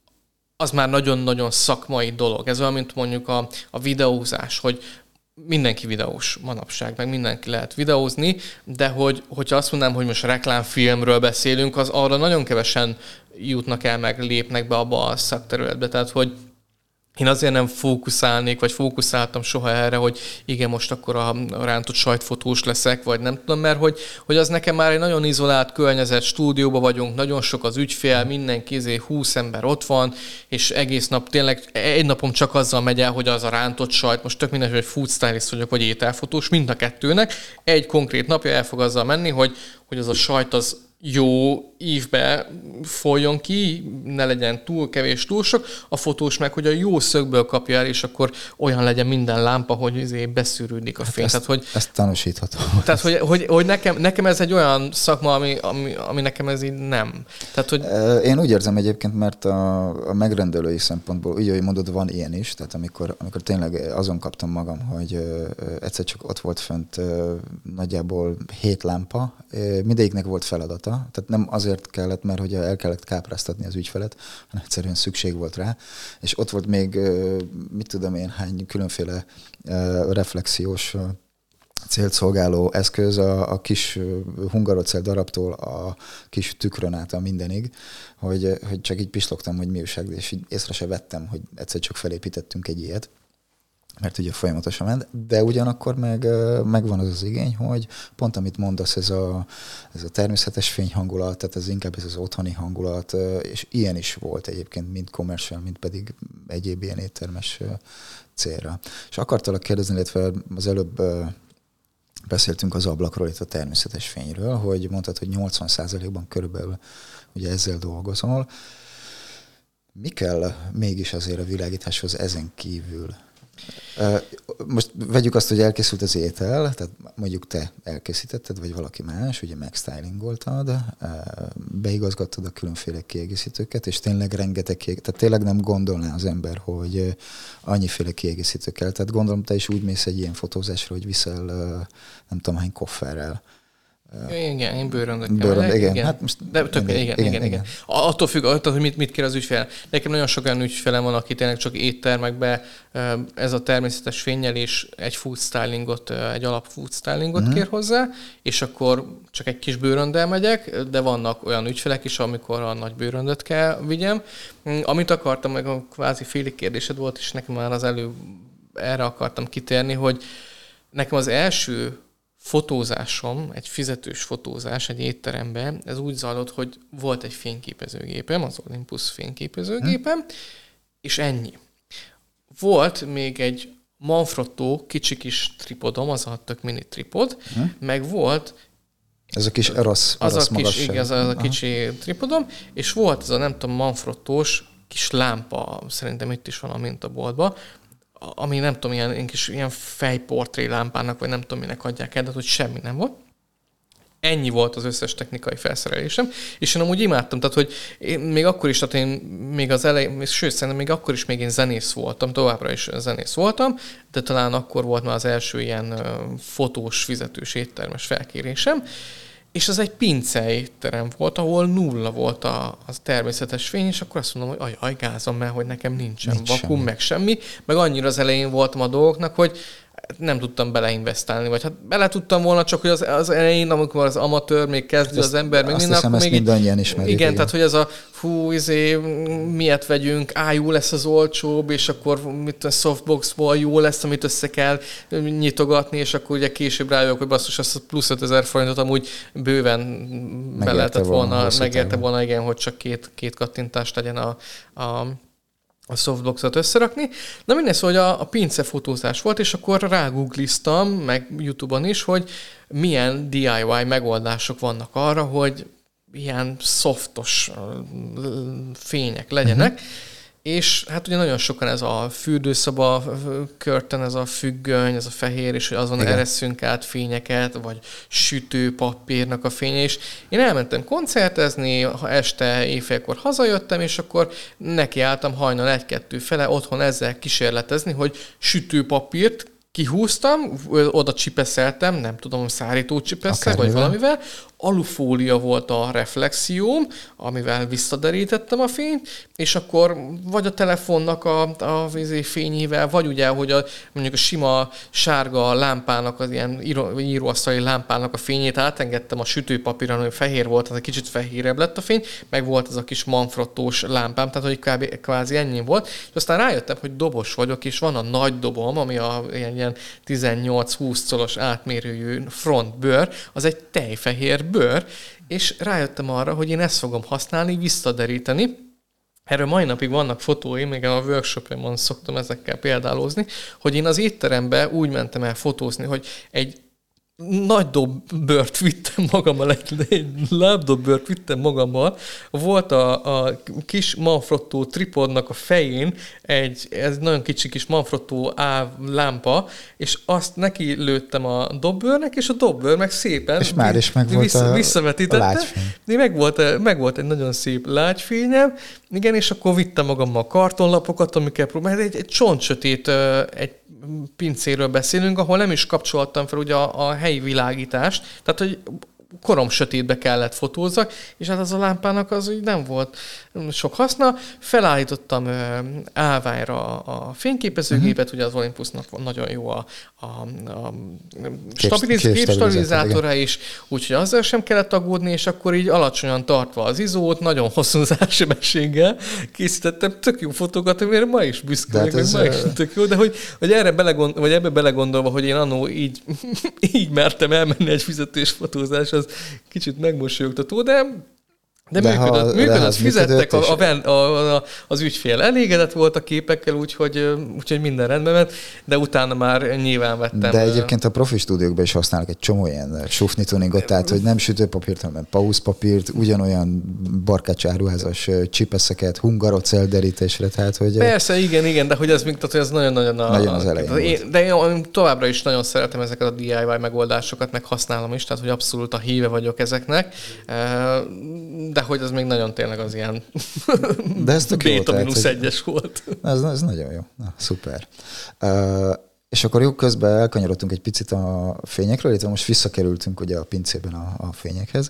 [SPEAKER 2] az már nagyon-nagyon szakmai dolog. Ez olyan, mint mondjuk a videózás, hogy mindenki videós manapság, meg mindenki lehet videózni, de hogyha azt mondanám, hogy most reklámfilmről beszélünk, az arra nagyon kevesen jutnak el, meg lépnek be abba a szakterületbe. Tehát, hogy én azért nem fókuszálnék, vagy fókuszáltam soha erre, hogy igen, most akkor a rántott sajtfotós leszek, vagy nem tudom, mert hogy az nekem már egy nagyon izolált környezet, stúdióban vagyunk, nagyon sok az ügyfél, mindenki 20 ember ott van, és egész nap tényleg egy napom csak azzal megy el, hogy az a rántott sajt, most tök mindegy, hogy food stylist vagyok, vagy ételfotós, mind a kettőnek. Egy konkrét napja el fog azzal menni, hogy az a sajt az jó ívbe folyjon ki, ne legyen túl kevés, túl sok, a fotós meg, hogy a jó szögből kapja el, és akkor olyan legyen minden lámpa, hogy beszűrődik a fény.
[SPEAKER 1] Ezt tanúsítható.
[SPEAKER 2] Tehát, hogy nekem ez egy olyan szakma, ami nekem ez így nem. Tehát, hogy...
[SPEAKER 1] Én úgy érzem egyébként, mert a megrendelői szempontból, úgy, hogy mondod, van ilyen is, tehát amikor tényleg azon kaptam magam, hogy egyszer csak ott volt fönt nagyjából 7 lámpa, mindegyiknek volt feladata, tehát nem azért kellett, mert hogy el kellett kápráztatni az ügyfelet, hanem egyszerűen szükség volt rá, és ott volt még, mit tudom én, hány különféle reflexiós célt szolgáló eszköz, a kis hungarocell darabtól a kis tükrön át a mindenig, hogy csak így pislogtam, hogy mi újság, és így észre se vettem, hogy egyszer csak felépítettünk egy ilyet, mert ugye folyamatosan ment, de ugyanakkor megvan az igény, hogy pont amit mondasz, ez a természetes fényhangulat, tehát ez inkább ez az otthoni hangulat, és ilyen is volt egyébként, mind commercial, mind pedig egyéb ilyen éttermes célra. És akartalak kérdezni, illetve az előbb beszéltünk az ablakról, itt a természetes fényről, hogy mondtad, hogy 80%-ban körülbelül ugye ezzel dolgozol. Mi kell mégis azért a világításhoz ezen kívül? Most vegyük azt, hogy elkészült az étel, tehát mondjuk te elkészítetted, vagy valaki más, ugye megstylingoltad, beigazgattad a különféle kiegészítőket, és tényleg rengeteg tehát tényleg nem gondolná az ember, hogy annyiféle kiegészítő kell. Tehát gondolom, te is úgy mész egy ilyen fotózásra, hogy viszel nem tudom hány kofferrel.
[SPEAKER 2] Igen, én bőröndökkel.
[SPEAKER 1] Igen. Hát most
[SPEAKER 2] de tök, igen. Attól függ, hogy mit kér az ügyfél. Nekem nagyon sok olyan ügyfelem van, aki tényleg csak éttermekbe ez a természetes fénnyel és egy food stylingot, egy alap food stylingot kér hozzá, és akkor csak egy kis bőröndel megyek, de vannak olyan ügyfelek is, amikor a nagy bőröndöt kell vigyem. Amit akartam, meg a kvázi félig kérdésed volt, és nekem már az előbb erre akartam kitérni, hogy nekem az első fotózásom, egy fizetős fotózás egy étteremben, ez úgy zajlott, hogy volt egy fényképezőgépem, az Olympus fényképezőgépem, és ennyi. Volt még egy Manfrotto kicsi kis tripodom, az a tök mini tripod, meg volt
[SPEAKER 1] ez a kis rossz magasság.
[SPEAKER 2] Igen, az a kicsi tripodom, és volt ez a nem tudom, Manfrottós kis lámpa, szerintem itt is van a mintaboltban, ami nem tudom, ilyen fejportré lámpának, vagy nem tudom, minek adják el, de hogy semmi nem volt. Ennyi volt az összes technikai felszerelésem, és én amúgy imádtam, tehát hogy én még akkor is, tehát én még az elején, sőt, szerintem még akkor is még én zenész voltam, továbbra is zenész voltam, de talán akkor volt már az első ilyen fotós, fizetős éttermes felkérésem, és az egy pince étterem volt, ahol nulla volt a természetes fény, és akkor azt mondom, hogy ajaj, gázom, mert hogy nekem nincsen vakuum, semmi. Meg semmi, meg annyira az elején voltam a dolgoknak, hogy nem tudtam beleinvestálni, vagy hát bele tudtam volna, csak hogy az elején, amikor az amatőr még kezdő az ember, még minden, akkor még
[SPEAKER 1] mindannyian ismerik.
[SPEAKER 2] Igen, tehát hogy ez a miért vegyünk, jó lesz az olcsóbb, és akkor a softboxból jó lesz, amit össze kell nyitogatni, és akkor ugye később rájövök, hogy basszus, azt plusz 5000 forintot amúgy bőven megérte volna, igen, hogy csak két kattintást legyen a softboxot összerakni. Na minden, szóval a pince fotózás volt, és akkor rágoogliztam, meg YouTube-on is, hogy milyen DIY megoldások vannak arra, hogy ilyen softos fények legyenek, És hát ugye nagyon sokan ez a fürdőszoba curtain, ez a függöny, ez a fehér, és hogy azon ereszünk át fényeket, vagy sütőpapírnak a fénye, és én elmentem koncertezni, ha este éjfélkor hazajöttem, és akkor nekiálltam hajnal 1-2 fele otthon ezzel kísérletezni, hogy sütőpapírt kihúztam, oda csipeszeltem, nem tudom, szárító csipesszel, vagy valamivel. Alufólia volt a reflexióm, amivel visszaderítettem a fényt, és akkor vagy a telefonnak a fényével, vagy ugye, hogy mondjuk a sima sárga lámpának, az ilyen íróasztali lámpának a fényét átengedtem a sütőpapíron, hogy fehér volt, tehát egy kicsit fehérebb lett a fény, meg volt az a kis manfrottós lámpám, tehát hogy kvázi ennyi volt. És aztán rájöttem, hogy dobos vagyok, és van a nagy dobom, ami a ilyen 18-20 colos átmérőjű frontbőr, az egy tejfehér bőr, és rájöttem arra, hogy én ezt fogom használni, visszaderíteni. Erről mai napig vannak fotóim, még a workshopomon szoktam ezekkel példálózni, hogy én az étterembe úgy mentem el fotózni, hogy egy nagy dob bőrt vittem magammal, egy lábdob bőrt vittem magammal. Volt a kis Manfrotto tripodnak a fején ez nagyon kicsi kis Manfrotto lámpa, és azt neki lőttem a dobbőrnek, és a dobbőr meg szépen
[SPEAKER 1] és már is meg volt
[SPEAKER 2] visszavetítette. Meg volt egy nagyon szép lágyfényem, igen, és akkor vittem magammal a kartonlapokat, amikkel próbáltam. Egy csontsötét egy pincéről beszélünk, ahol nem is kapcsoltam fel ugye a helyi világítást, tehát hogy korom sötétbe kellett fotózzak, és hát az a lámpának az úgy nem volt sok haszna. Felállítottam állványra a fényképezőgépet, ugye az Olympusnak nagyon jó a képstabilizátora is, úgyhogy azzal sem kellett aggódni, és akkor így alacsonyan tartva az izót, nagyon hosszú zársebességgel készítettem tök jó fotókat, amire ma is büszke vagyok, meg ma is tök jó, de hogy erre ebbe belegondolva, hogy én annó így mertem elmenni egy fizetős fotózás, az kicsit megmosolyogtató, de működött, fizettek, az ügyfél elégedett volt a képekkel, úgyhogy minden rendben ment, de utána már nyilván vettem.
[SPEAKER 1] De egyébként a profi stúdiókban is használnak egy csomó ilyen sufni tuningot, tehát hogy nem sütőpapírt, hanem pauszpapírt, ugyanolyan barkács áruházas csipeszeket, hungarocell derítésre, tehát hogy...
[SPEAKER 2] Persze, igen, de hogy ez még, tehát ez nagyon-nagyon
[SPEAKER 1] az elején
[SPEAKER 2] de én továbbra is nagyon szeretem ezeket a DIY megoldásokat, meg használom is, tehát hogy abszolút a híve vagyok ezeknek. De hogy az még nagyon tényleg az ilyen beta-1-es volt.
[SPEAKER 1] Ez nagyon jó. Na, szuper. És akkor jó, közben elkanyarodtunk egy picit a fényekről, illetve most visszakerültünk ugye a pincében a fényekhez.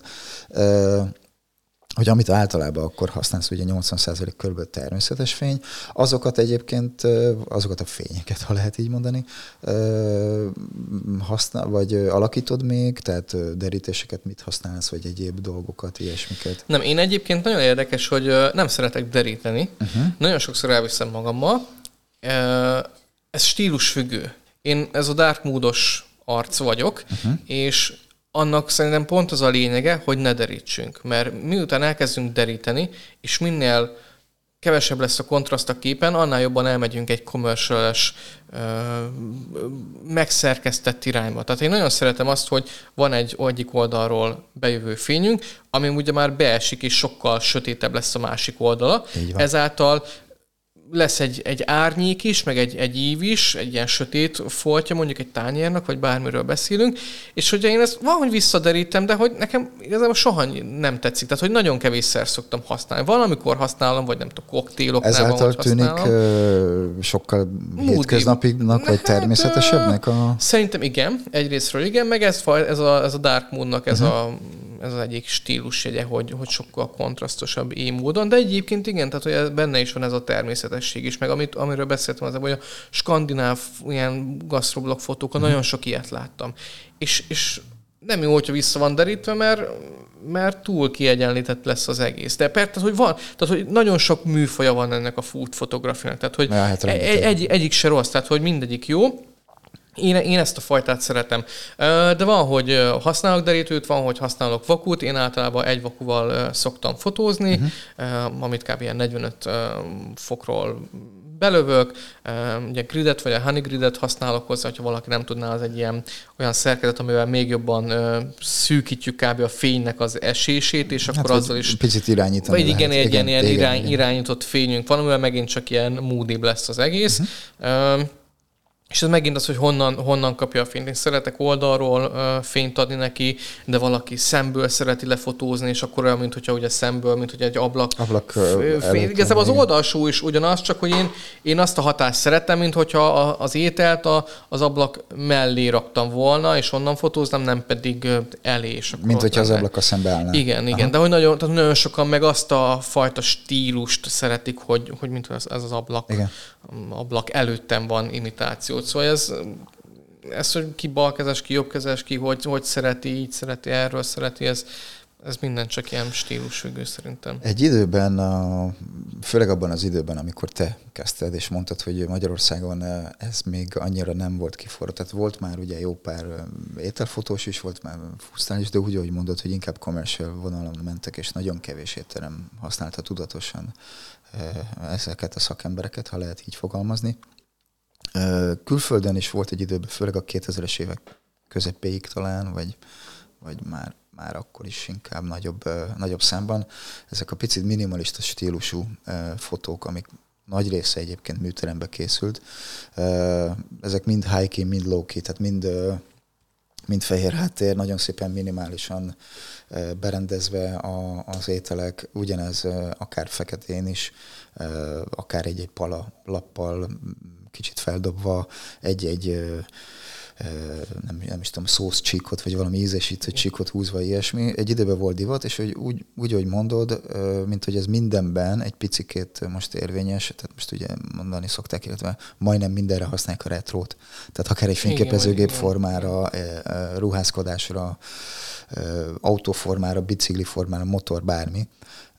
[SPEAKER 1] Hogy amit általában akkor használsz, ugye 80% körülbelül természetes fény, azokat egyébként, azokat a fényeket, ha lehet így mondani, vagy alakítod még, tehát derítéseket mit használsz, vagy egyéb dolgokat, ilyesmiket?
[SPEAKER 2] Nem, én egyébként nagyon érdekes, hogy nem szeretek deríteni. Nagyon sokszor elviszem magammal. Ez stílusfüggő. Én ez a dark moodos arc vagyok, és annak szerintem pont az a lényege, hogy ne derítsünk. Mert miután elkezdünk deríteni, és minél kevesebb lesz a kontraszt a képen, annál jobban elmegyünk egy commercial-es, megszerkesztett irányba. Tehát én nagyon szeretem azt, hogy van egyik oldalról bejövő fényünk, ami ugye már beesik, és sokkal sötétebb lesz a másik oldala. Ezáltal lesz egy árnyék is, meg egy ív is, egy ilyen sötét foltja, mondjuk egy tányérnak, vagy bármiről beszélünk, és hogyha én ezt valahogy visszaderítem, de hogy nekem igazából soha nem tetszik, tehát hogy nagyon kevésszer szoktam használni. Valamikor használom, vagy nem tudom, koktéloknál
[SPEAKER 1] ezáltal tűnik sokkal hétköznapibbnak, vagy természetesebbnek?
[SPEAKER 2] Szerintem igen, egyrésztről igen, meg ez a dark moodnak ez az egyik stílusjegye, hogy sokkal kontrasztosabb így módon, de egyébként igen, tehát hogy benne is van ez a természetesség is, meg amiről beszéltem, hogy a skandináv ilyen gasztroblog fotókon nagyon sok ilyet láttam. És nem jó, hogyha vissza van derítve, mert túl kiegyenlített lesz az egész. De persze, hogy van, tehát hogy nagyon sok műfaja van ennek a food fotografiának, tehát hogy egyik se rossz, tehát hogy mindegyik jó. Én ezt a fajtát szeretem. De van, hogy használok derítőt, van, hogy használok vakut. Én általában egy vakuval szoktam fotózni, amit kb. Ilyen 45 fokról belövök, ugye gridet vagy a honey gridet használok hozzá, ha valaki nem tudná, az egy olyan szerkezet, amivel még jobban szűkítjük kb. A fénynek az esését, és akkor azzal is...
[SPEAKER 1] Picit irányítani
[SPEAKER 2] vagy igen, egy ilyen irányított fényünk van, amivel megint csak ilyen moody lesz az egész. És ez megint az, hogy honnan kapja a fényt. Én szeretek oldalról fényt adni neki, de valaki szemből szereti lefotózni, és akkor olyan, mintha ugye szemből, mint hogy egy ablak fény. Igazából az oldalsó is ugyanaz, csak hogy én azt a hatást szeretem, mint hogyha az ételt az ablak mellé raktam volna, és onnan fotóznám, nem pedig elé. És
[SPEAKER 1] mint hogyha az ablak a szembe állna.
[SPEAKER 2] Igen, de hogy nagyon sokan meg azt a fajta stílust szeretik, hogy mint ez az ablak előttem van imitáció. Szóval ez hogy ki balkezes, ki jobbkezes, ki hogy szereti, így szereti, erről szereti, ez minden csak ilyen stílusfüggő szerintem.
[SPEAKER 1] Egy időben, főleg abban az időben, amikor te kezdted, és mondtad, hogy Magyarországon ez még annyira nem volt kiforrott. Tehát volt már ugye jó pár ételfotós is, volt már fusztán is, de úgy, ahogy mondod, hogy inkább commercial vonalon mentek, és nagyon kevés étterem használta tudatosan ezeket a szakembereket, ha lehet így fogalmazni. Külföldön is volt egy időben, főleg a 2000-es évek közepéig talán, vagy már akkor is inkább nagyobb számban. Ezek a picit minimalista stílusú fotók, amik nagy része egyébként műterembe készült. Ezek mind high-key, mind low-key, tehát mind fehér háttér, nagyon szépen minimálisan berendezve az ételek, ugyanez akár feketén is, akár egy pala lappal kicsit feldobva, nem is tudom, szószcsíkot, vagy valami ízesítő csíkot húzva, ilyesmi. Egy időben volt divat, és hogy úgy, hogy mondod, mint hogy ez mindenben egy picikét most érvényes, tehát most ugye mondani szokták, illetve majdnem mindenre használják a retrót. Tehát akár egy fényképezőgép formára, ruházkodásra, autóformára, bicikli formára, motor, bármi.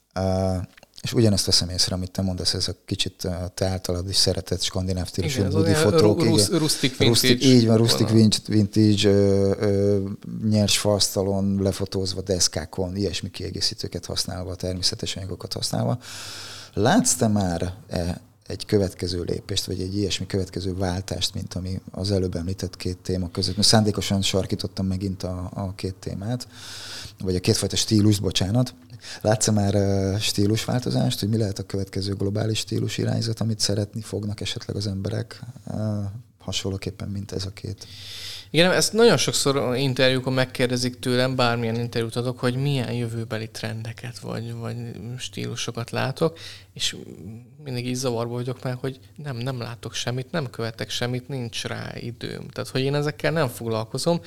[SPEAKER 1] És ugyanezt veszem észre, amit te mondasz, ez a kicsit te általad is szeretett skandináv stílusú moody fotók.
[SPEAKER 2] Rustic vintage.
[SPEAKER 1] Így van, rustic vintage, nyers faasztalon lefotózva, deszkákon, ilyesmi kiegészítőket használva, természetes anyagokat használva. Látsz te már egy következő lépést, vagy egy ilyesmi következő váltást, mint ami az előbb említett két téma között? Mert szándékosan sarkítottam megint a két témát, vagy a kétfajta stílust, bocsánat. Látsz-e már stílusváltozást, hogy mi lehet a következő globális stílus irányzat, amit szeretni fognak esetleg az emberek hasonlóképpen, mint ez a két?
[SPEAKER 2] Igen, ezt nagyon sokszor interjúkon megkérdezik tőlem, bármilyen interjút adok, hogy milyen jövőbeli trendeket vagy stílusokat látok, és mindig így zavarba vagyok már, hogy nem látok semmit, nem követek semmit, nincs rá időm. Tehát, hogy én ezekkel nem foglalkozom,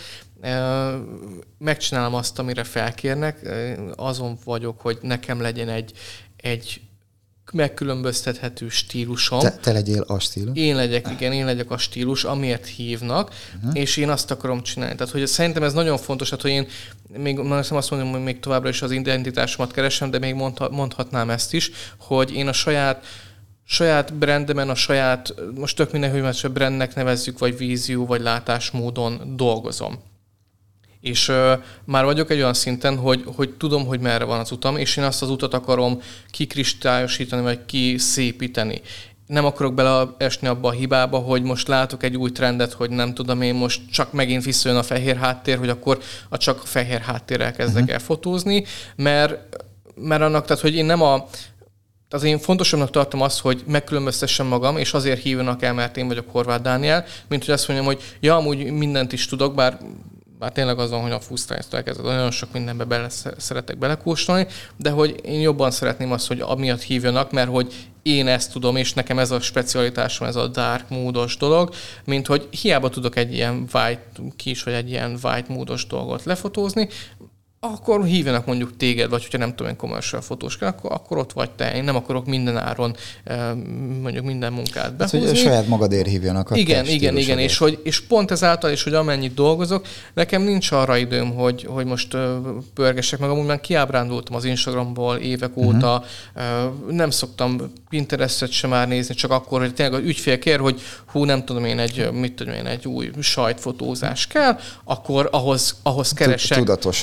[SPEAKER 2] megcsinálom azt, amire felkérnek, azon vagyok, hogy nekem legyen egy megkülönböztethető stílusom.
[SPEAKER 1] Te legyél a stílus?
[SPEAKER 2] Én legyek a stílus, amiért hívnak, és én azt akarom csinálni. Tehát, hogy szerintem ez nagyon fontos, tehát, hogy én még azt mondom, hogy még továbbra is az identitásomat keresem, de még mondhatnám ezt is, hogy én a saját brandemen, most tök minden, hogy most brandnek nevezzük, vagy vízió, vagy látásmódon dolgozom. És már vagyok egy olyan szinten, hogy tudom, hogy merre van az utam, és én azt az utat akarom kikristályosítani, vagy kiszépíteni. Nem akarok beleesni abba a hibába, hogy most látok egy új trendet, hogy nem tudom én, most csak megint visszajön a fehér háttér, hogy akkor csak a fehér háttérrel kezdek el fotózni, mert annak, tehát hogy én nem tehát én fontosabbnak tartom azt, hogy megkülönböztessem magam, és azért hívnak el, mert én vagyok Horváth Dániel, mint hogy azt mondjam, hogy ja, amúgy mindent is tudok, bár tényleg azon, hogy a fusztrájztól elkezdett, nagyon sok mindenbe szeretek belekóstolni, de hogy én jobban szeretném azt, hogy amiatt hívjanak, mert hogy én ezt tudom, és nekem ez a specialitásom, ez a dark módos dolog, mint hogy hiába tudok egy ilyen white kis, vagy egy ilyen white módos dolgot lefotózni, akkor hívjanak mondjuk téged, vagy hogyha nem tudom, én commercial fotós kell, akkor ott vagy te. Én nem akarok minden áron mondjuk minden munkát behúzni.
[SPEAKER 1] Hát, hogy saját magadért hívjanak.
[SPEAKER 2] Igen. És pont ezáltal is, hogy amennyit dolgozok, nekem nincs arra időm, hogy most pörgessek meg. Amúgy már kiábrándultam az Instagramból évek óta. Nem szoktam Pinterestet sem már nézni, csak akkor, hogy tényleg az ügyfél kér, hogy nem tudom én, egy új sajtfotózás kell, akkor ahhoz keresek.
[SPEAKER 1] Tudatosan.
[SPEAKER 2] Akkor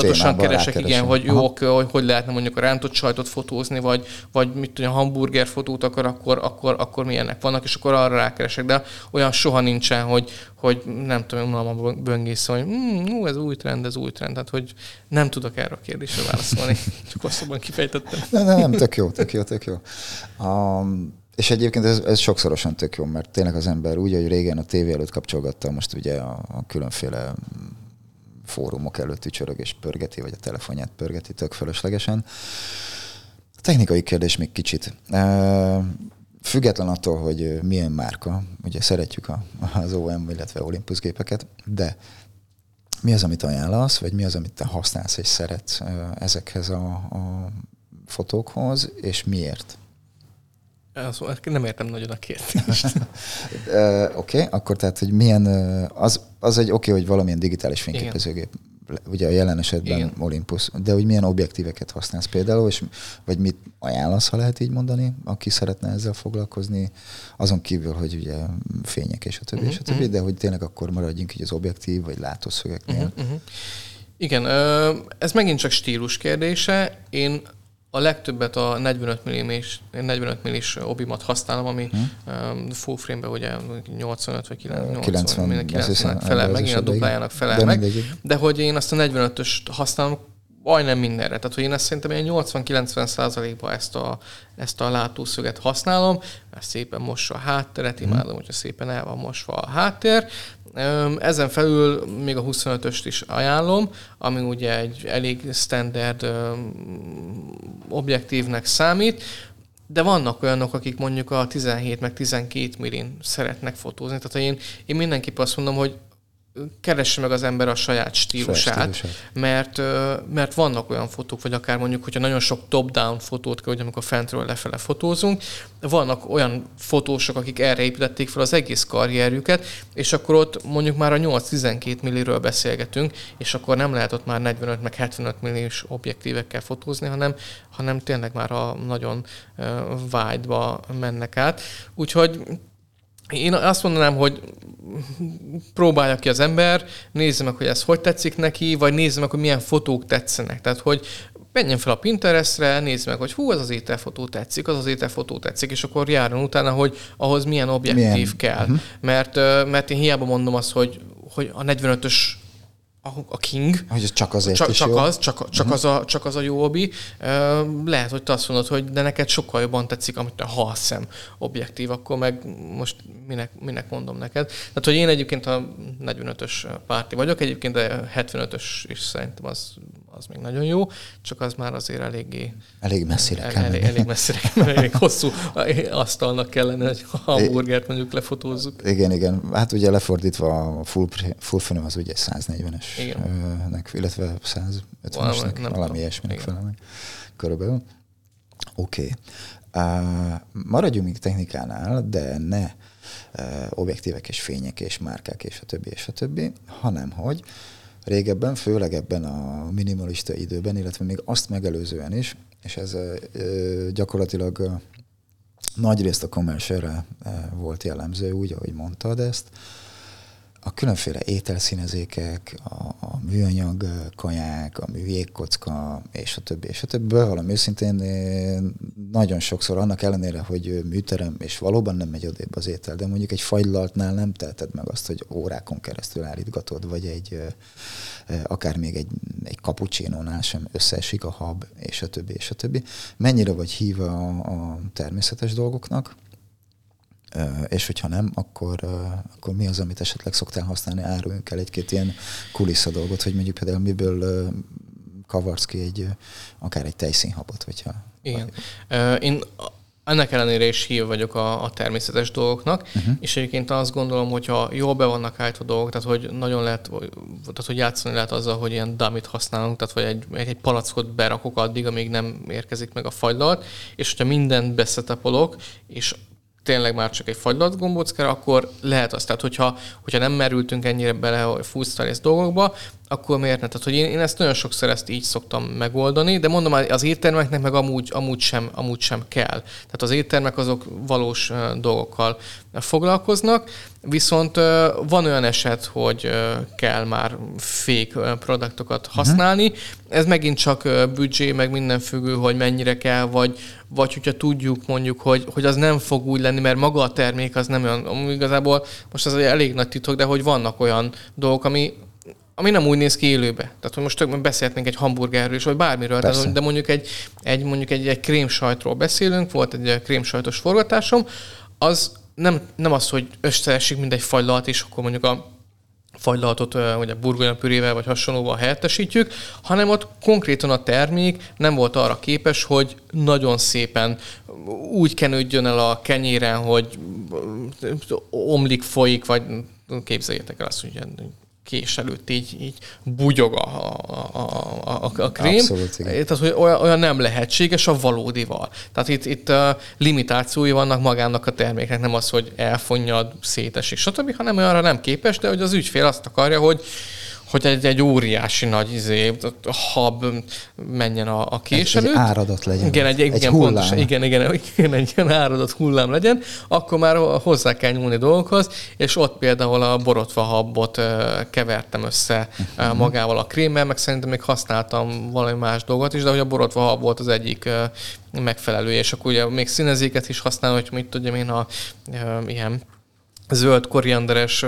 [SPEAKER 2] tudatosan keresek, igen, hogy jó, hogy lehetne mondjuk a rántott sajtot fotózni, vagy mit tudom, hamburger fotót akar, akkor milyenek vannak, és akkor arra rákeresek. De olyan soha nincsen, hogy nem tudom, unalma böngészom, hogy ez új trend. Tehát, hogy nem tudok erre a kérdésre válaszolni. Csak hosszabban kifejtettem.
[SPEAKER 1] Nem, tök jó. És egyébként ez sokszorosan tök jó, mert tényleg az ember úgy, hogy régen a tévé előtt kapcsolgatta, most ugye a különféle fórumok előtt ücsörög és pörgeti, vagy a telefonját pörgeti tök fölöslegesen. A technikai kérdés még kicsit. Független attól, hogy milyen márka, ugye szeretjük az OM, illetve Olympus gépeket, de mi az, amit ajánlasz, vagy mi az, amit te használsz és szeretsz ezekhez a fotókhoz, és miért?
[SPEAKER 2] Nem értem nagyon a kérdést.
[SPEAKER 1] Oké, akkor tehát, hogy milyen, az egy oké, hogy valamilyen digitális fényképezőgép, ugye a jelen esetben igen. Olympus, de hogy milyen objektíveket használsz például, és, vagy mit ajánlasz, ha lehet így mondani, aki szeretne ezzel foglalkozni, azon kívül, hogy ugye fények és a többi, de hogy tényleg akkor maradjunk így az objektív, vagy látószögeknél.
[SPEAKER 2] Igen, ez megint csak stílus kérdése. Én a legtöbbet a 45 mm-s obimat használom, ami full frame-ben ugye 85 vagy 90 felel meg, én a duplájának felel meg, de hogy én azt a 45-öst használom majdnem mindenre. Tehát, hogy én ezt szerintem ilyen 80-90%-ban ezt a látószöget használom, mert szépen mossa a hátteret, imádom, hogyha szépen el van mosva a háttér. Ezen felül még a 25-öst is ajánlom, ami ugye egy elég standard objektívnek számít, de vannak olyanok, akik mondjuk a 17 meg 12 millin szeretnek fotózni. Tehát én mindenképp azt mondom, hogy keresse meg az ember a saját stílusát. Mert vannak olyan fotók, vagy akár mondjuk, hogyha nagyon sok top-down fotót kell, hogy amikor fentről lefele fotózunk, vannak olyan fotósok, akik erre építették fel az egész karrierjüket, és akkor ott mondjuk már a 8-12 milliről beszélgetünk, és akkor nem lehet ott már 45 meg 75 millis objektívekkel fotózni, hanem tényleg már a nagyon wide-ba mennek át. Úgyhogy én azt mondanám, hogy próbálja ki az ember, nézze meg, hogy ez hogy tetszik neki, vagy nézze meg, hogy milyen fotók tetszenek. Tehát, hogy menjen fel a Pinterestre, nézd meg, hogy ez az ételfotó tetszik, az ételfotó tetszik, és akkor járjon utána, hogy ahhoz milyen objektív kell. Mert én hiába mondom azt, hogy a 45-ös a king.
[SPEAKER 1] Hogy csak azért is jó.
[SPEAKER 2] Csak az a jó obi. Lehet, hogy te azt mondod, hogy de neked sokkal jobban tetszik, amit a halszem objektív, akkor meg most minek mondom neked. Tehát, hogy én egyébként a 45-ös párti vagyok, egyébként a 75-ös is szerintem az még nagyon jó, csak az már azért elég
[SPEAKER 1] messzire kell menni.
[SPEAKER 2] Elég messzire kell menni, elég hosszú asztalnak kellene, hogy a hamburgert mondjuk lefotózzuk.
[SPEAKER 1] Igen. Hát ugye lefordítva a full frame az ugye 140-es, illetve 150-esnek, valami ilyesminek felel meg körülbelül. Oké. Maradjunk még technikánál, de ne objektívek és fények és márkák és a többi, hanem hogy régebben, főleg ebben a minimalista időben, illetve még azt megelőzően is, és ez gyakorlatilag nagyrészt a commercialre volt jellemző, úgy, ahogy mondtad ezt, a különféle ételszínezékek, a műanyag kaják, a műjégkocka, és a többi. Bevallom őszintén, nagyon sokszor annak ellenére, hogy műterem, és valóban nem megy odébb az étel, de mondjuk egy fagylaltnál nem teheted meg azt, hogy órákon keresztül állítgatod, vagy akár még egy cappuccinónál sem összeesik a hab, és a többi. Mennyire vagy híva a természetes dolgoknak? És hogyha nem, akkor mi az, amit esetleg szoktál használni? Áruljunk el egy-két ilyen kulissza dolgot, hogy mondjuk például miből kavarsz ki akár egy tejszínhabot, hogyha...
[SPEAKER 2] Igen. Én ennek ellenére is hív vagyok a természetes dolgoknak, és egyébként azt gondolom, hogyha jól be vannak állítva dolgok, tehát hogy nagyon lehet, tehát hogy játszani lehet azzal, hogy ilyen dummy-t használunk, tehát hogy egy palackot berakok addig, amíg nem érkezik meg a fagylalt, és hogyha mindent beszetapolok, és tényleg már csak egy fagylalt gombóckára, akkor lehet azt. Tehát, hogyha nem merültünk ennyire bele a full dolgokba, akkor miért ne? Tehát, hogy én ezt nagyon sokszor így szoktam megoldani, de mondom, az éttermeknek meg amúgy sem kell. Tehát az éttermek azok valós dolgokkal foglalkoznak, viszont van olyan eset, hogy kell már fake produktokat használni. Ez megint csak büdzsé, meg minden függő, hogy mennyire kell, vagy hogyha tudjuk mondjuk, hogy az nem fog úgy lenni, mert maga a termék az nem olyan, igazából most ez elég nagy titok, de hogy vannak olyan dolgok, ami nem úgy néz ki élőbe. Tehát, hogy most beszélhetnénk egy hamburgerről is, vagy bármiről, de mondjuk egy krémsajtról beszélünk, volt egy krémsajtos forgatásom, az nem az, hogy összeesik mint egy fagylalt, és akkor mondjuk a fagylaltot ugye burgonya-pürével vagy hasonlóval helyettesítjük, hanem ott konkrétan a termék nem volt arra képes, hogy nagyon szépen úgy kenődjön el a kenyéren, hogy omlik, folyik, vagy képzeljétek el azt, hogy kés előtt így bugyog a krém.
[SPEAKER 1] Abszolút, igen.
[SPEAKER 2] Tehát, hogy olyan nem lehetséges a valódival. Tehát itt limitációi vannak magának a terméknek, nem az, hogy elfonnyad, szétesik, stb., hanem olyanra nem képes, de hogy az ügyfél azt akarja, hogy egy óriási nagy hab menjen a kés előtt.
[SPEAKER 1] Egy áradat legyen.
[SPEAKER 2] Igen, egy
[SPEAKER 1] hullám.
[SPEAKER 2] Pontosan, igen, egy ilyen áradat hullám legyen, akkor már hozzá kell nyúlni dolgokhoz, és ott például a borotva habot kevertem össze magával a krémmel, meg szerintem még használtam valami más dolgot is, de hogy a borotva hab volt az egyik megfelelő, és akkor ugye még színezéket is használom, hogy mit tudjam én, ilyen zöld korianderes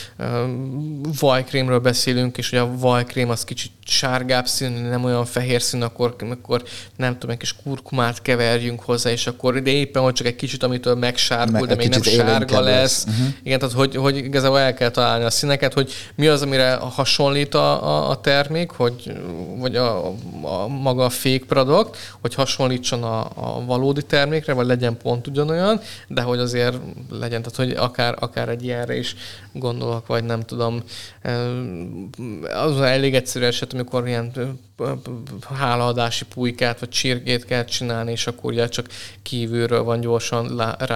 [SPEAKER 2] vajkrémről beszélünk, és ugye a vajkrém az kicsit sárgább színű, nem olyan fehér színű, akkor nem tudom, egy kis kurkumát keverjünk hozzá, és akkor de éppen hogy csak egy kicsit, amitől megsárgul, de még nem sárga lesz. Igen, tehát hogy igazából el kell találni a színeket, hogy mi az, amire hasonlít a termék, vagy a maga a fake product, hogy hasonlítson a valódi termékre, vagy legyen pont ugyanolyan, de hogy azért legyen, tehát hogy akár egy ilyenre is gondolok, vagy nem tudom. Az elég egyszerű eset, amikor ilyen hálaadási pulykát, vagy csirkét kell csinálni, és akkor ugye csak kívülről van gyorsan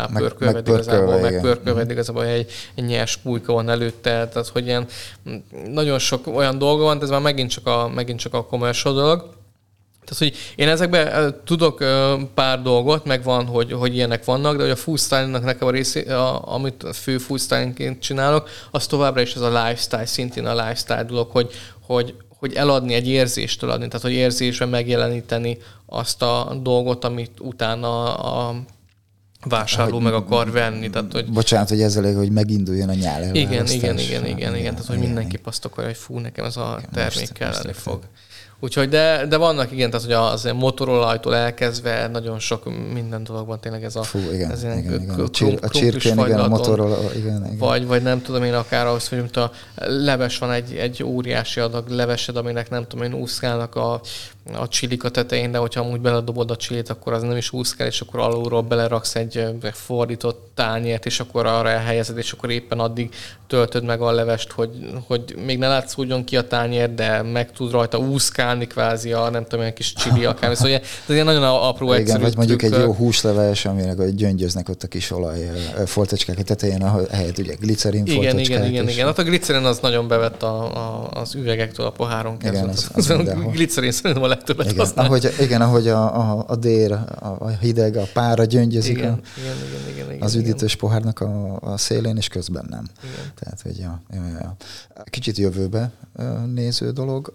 [SPEAKER 2] megpörkölved igazából, egy nyers pulyka van előtte, tehát hogy ilyen nagyon sok olyan dolga van, de ez már megint csak a commercial dolog. Tehát, hogy én ezekben tudok pár dolgot, meg van, hogy ilyenek vannak, de hogy a food styling-nak nekem a része, amit a fő food stylingként csinálok, az továbbra is ez a lifestyle, szintén a lifestyle dolog, hogy eladni, egy érzéstől adni, tehát hogy érzésben megjeleníteni azt a dolgot, amit utána a vásárló meg akar venni. Tehát, hogy
[SPEAKER 1] bocsánat, hogy ezzel hogy meginduljon a nyál.
[SPEAKER 2] Igen. Tehát, hogy mindenképp azt akarja, hogy fú, nekem ez a termék kelleni fog. Úgyhogy, de vannak, igen, tehát hogy az Motorola-tól elkezdve nagyon sok minden dologban tényleg ez a...
[SPEAKER 1] Fú, igen.
[SPEAKER 2] A
[SPEAKER 1] csirkén, igen, a Motorola, igen.
[SPEAKER 2] Vagy nem tudom én akár ahhoz, hogy mint a leves van egy óriási adag levesed, aminek nem tudom én úszkálnak a csilik a tetején, de hogyha amúgy beledobod a csilit, akkor az nem is úszkál, és akkor alulról beleraksz egy fordított tányért, és akkor arra elhelyezed, és akkor éppen addig töltöd meg a levest, hogy még ne látszódjon ki a tányér, de meg tud rajta úszkálni kvázi a nem tudom, egy kis csili akár. Szóval ez ilyen nagyon apró, egyszerű.
[SPEAKER 1] Igen, vagy mondjuk egy jó húsleves, aminek gyöngyöznek ott a kis olaj foltocskák a tetején, ahol helyett ugye glicerin foltocskák.
[SPEAKER 2] Igen. Hát a glicerin az nagyon bevett az üvegektől a poháron kezdve.
[SPEAKER 1] Igen,
[SPEAKER 2] az glicerin szerintem a legtöbbet használ.
[SPEAKER 1] Ahogy a dér, a hideg, a pára gyöngyözik
[SPEAKER 2] igen,
[SPEAKER 1] az üdítős pohárnak a szélén, és közben nem. Igen. Tehát, hogy kicsit jövőbe néző dolog.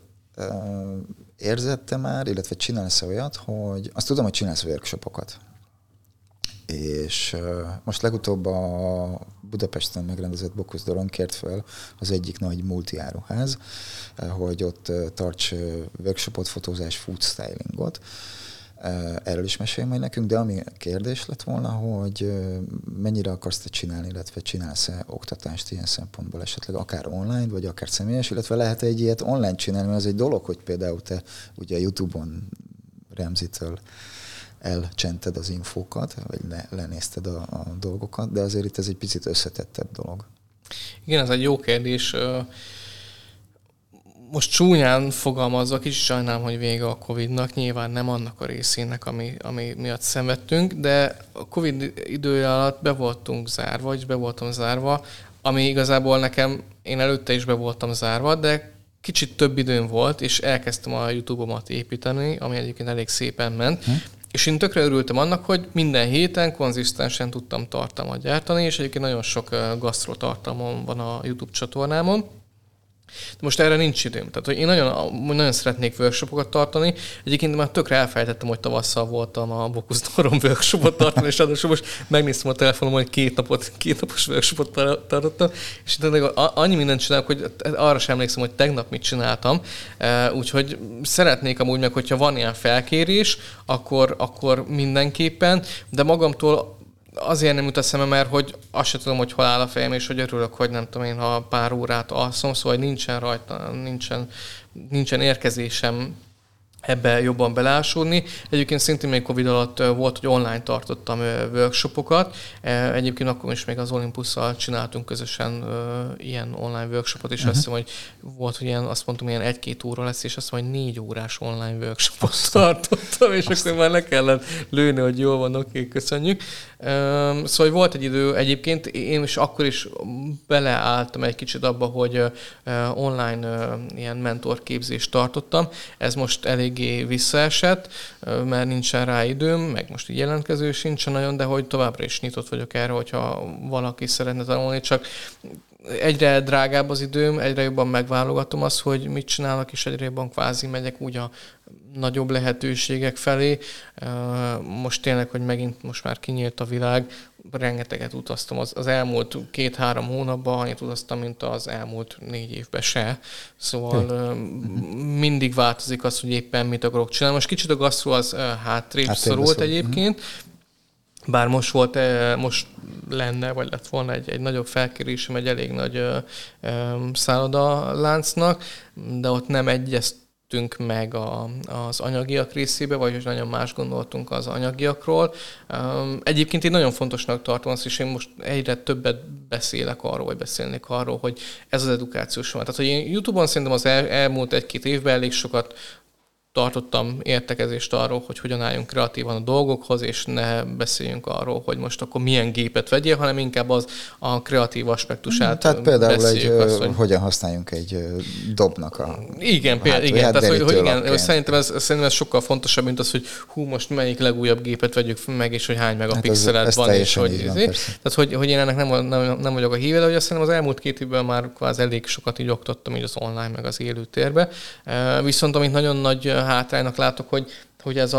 [SPEAKER 1] Érzette már, illetve csinálsz olyat, hogy azt tudom, hogy csinálsz workshopokat. És most legutóbb a Budapesten megrendezett Bocuse d'Oron kért fel az egyik nagy multiáruház, hogy ott tarts workshopot, fotózás, food stylingot. Erről is mesélj majd nekünk, de ami kérdés lett volna, hogy mennyire akarsz te csinálni, illetve csinálsz-e oktatást ilyen szempontból esetleg akár online, vagy akár személyes, illetve lehet egy ilyet online csinálni, mert az egy dolog, hogy például te ugye YouTube-on Remzitől elcsented az infókat, vagy lenézted a dolgokat, de azért itt ez egy picit összetettebb dolog.
[SPEAKER 2] Igen, ez egy jó kérdés. Most csúnyán fogalmazva, kicsit sajnálom, hogy vége a Covid-nak, nyilván nem annak a részének, ami miatt szenvedtünk, de a Covid idője alatt be voltunk zárva, vagyis be voltam zárva, ami igazából nekem, én előtte is be voltam zárva, de kicsit több időm volt, és elkezdtem a YouTube-omat építeni, ami egyébként elég szépen ment. És én tökre örültem annak, hogy minden héten konzisztensen tudtam tartalmat gyártani, és egyébként nagyon sok gasztrotartalmam van a YouTube csatornámon. De most erre nincs időm. Tehát, hogy én nagyon szeretnék workshopokat tartani. Egyébként már tökre elfelejtettem, hogy tavasszal voltam a Bocuse d'Oron workshopot tartani, és ráadásul most megnéztem a telefonomon, hogy két napos workshopot tartottam, és annyi mindent csinálok, hogy arra sem emlékszem, hogy tegnap mit csináltam. Úgyhogy szeretnék amúgy meg, hogyha van ilyen felkérés, akkor mindenképpen, de magamtól azért nem jut eszembe, mert hogy azt sem tudom, hogy hol áll a fejem, és hogy örülök, hogy nem tudom én, ha pár órát alszom, szóval nincsen rajta, nincsen érkezésem ebbe jobban belásódni. Egyébként szintén még Covid alatt volt, hogy online tartottam workshopokat. Egyébként akkor is még az Olympusszal csináltunk közösen ilyen online workshopot, és azt hiszem, hogy volt, hogy azt mondtam, ilyen 1-2 óra lesz, és azt mondom, hogy 4 órás online workshopot tartottam, és akkor már le kellett lőni, hogy jól van, oké, köszönjük. Szóval volt egy idő, egyébként én is akkor is beleálltam egy kicsit abba, hogy online ilyen mentorképzést tartottam. Ez most eléggé visszaesett, mert nincsen rá időm, meg most így jelentkező sincsen nagyon, de hogy továbbra is nyitott vagyok erre, hogyha valaki szeretne tanulni, csak egyre drágább az időm, egyre jobban megválogatom azt, hogy mit csinálok, és egyre jobban kvázi megyek úgy a nagyobb lehetőségek felé. Most tényleg, hogy megint most már kinyílt a világ, rengeteget utaztam. Az elmúlt 2-3 hónapban annyit utaztam, mint az elmúlt 4 évben se. Szóval mindig változik az, hogy éppen mit akarok csinálni. Most kicsit a gasztró az hátrébb szorult egyébként, bár most lenne, vagy lett volna egy nagyobb felkérésem egy elég nagy szállodaláncnak, de ott nem egyeztünk meg az anyagiak részébe, vagy nagyon más gondoltunk az anyagiakról. Egyébként én nagyon fontosnak tartom azt, és én most egyre többet beszélnék arról, hogy ez az edukációs van. Tehát, hogy én YouTube-on szerintem az elmúlt 1-2 évben elég sokat tartottam értekezést arról, hogy hogyan álljunk kreatívan a dolgokhoz, és ne beszéljünk arról, hogy most akkor milyen gépet vegyél, hanem inkább a kreatív aspektusát.
[SPEAKER 1] Tehát például hogyan használjunk egy dobnak a
[SPEAKER 2] igen, igen. Tehát, hogy igen, szerintem ez sokkal fontosabb, mint az, hogy most melyik legújabb gépet vegyük meg, és hogy hány megapixelet van, és hogy tehát, hogy én ennek nem vagyok a híve, de hogy azt szerintem az elmúlt 2 évben már kvázi elég sokat így oktattam így az online, meg az élő térbe. Viszont amit nagyon nagy hátránynak látok, hogy ez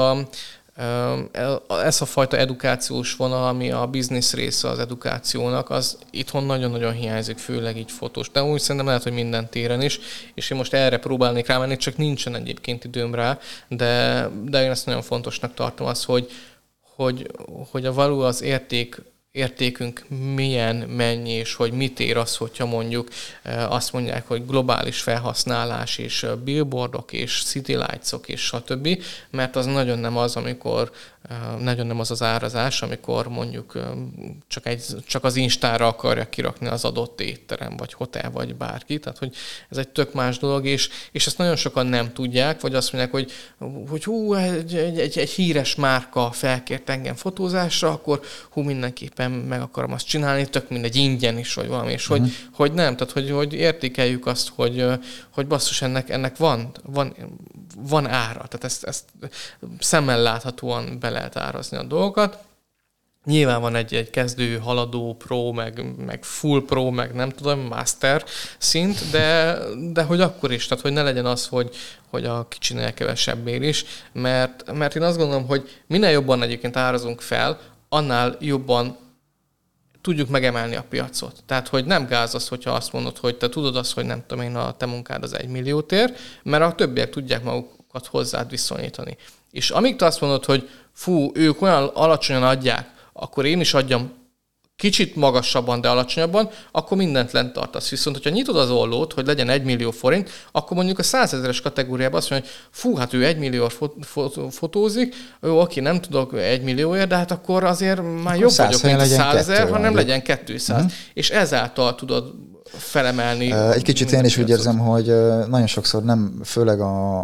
[SPEAKER 2] a fajta edukációs vonal, ami a biznisz része az edukációnak, az itthon nagyon-nagyon hiányzik, főleg így fotós. De úgy szerintem lehet, hogy minden téren is, és én most erre próbálnék rámenni, csak nincsen egyébként időm rá, de én ezt nagyon fontosnak tartom az, hogy a való az értékünk milyen, mennyi, és hogy mit ér az, hogyha mondjuk azt mondják, hogy globális felhasználás, és billboardok, és city lights-ok, és stb., mert az nagyon nem az, nagyon nem az az árazás, amikor mondjuk csak az Instára akarja kirakni az adott étterem, vagy hotel, vagy bárki. Tehát, hogy ez egy tök más dolog, és ezt nagyon sokan nem tudják, vagy azt mondják, hogy egy híres márka felkért engem fotózásra, akkor mindenképpen meg akarom azt csinálni, tök mindegy, ingyen is, vagy valami, és hogy nem, tehát hogy értékeljük azt, hogy basszus, ennek van ára, tehát ezt szemmel láthatóan be lehet árazni a dolgokat. Nyilván van egy kezdő, haladó pro, meg full pro, meg nem tudom, master szint, de hogy akkor is, tehát hogy ne legyen az, hogy a kicsinél kevesebbér is, mert én azt gondolom, hogy minél jobban egyébként árazunk fel, annál jobban tudjuk megemelni a piacot. Tehát, hogy nem gáz az, hogyha azt mondod, hogy te tudod azt, hogy nem tudom én, a te munkád az 1 milliót ér, mert a többiek tudják magukat hozzád viszonyítani. És amíg te azt mondod, hogy ők olyan alacsonyan adják, akkor én is adjam kicsit magasabban, de alacsonyabban, akkor mindent lent tartasz. Viszont, hogyha nyitod az ollót, hogy legyen 1 millió forint, akkor mondjuk a 100 000-es kategóriában azt mondja, hogy hát ő 1 millió fotózik, oké, nem tudok 1 millióért, de hát akkor azért már jobb vagyok, mint 100 000, hanem legyen 200. És ezáltal tudod felemelni.
[SPEAKER 1] Egy kicsit én is úgy érzem, hogy nagyon sokszor nem, főleg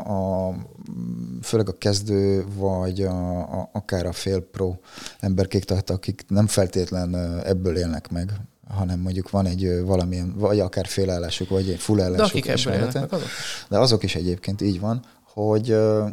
[SPEAKER 1] a kezdő, vagy akár a fél pro emberkék, tehát akik nem feltétlen ebből élnek meg, hanem mondjuk van egy valamilyen, vagy akár félállásuk, vagy egy fullállásuk.
[SPEAKER 2] De akik ebből élnek, azok is.
[SPEAKER 1] De azok is egyébként így van, hogy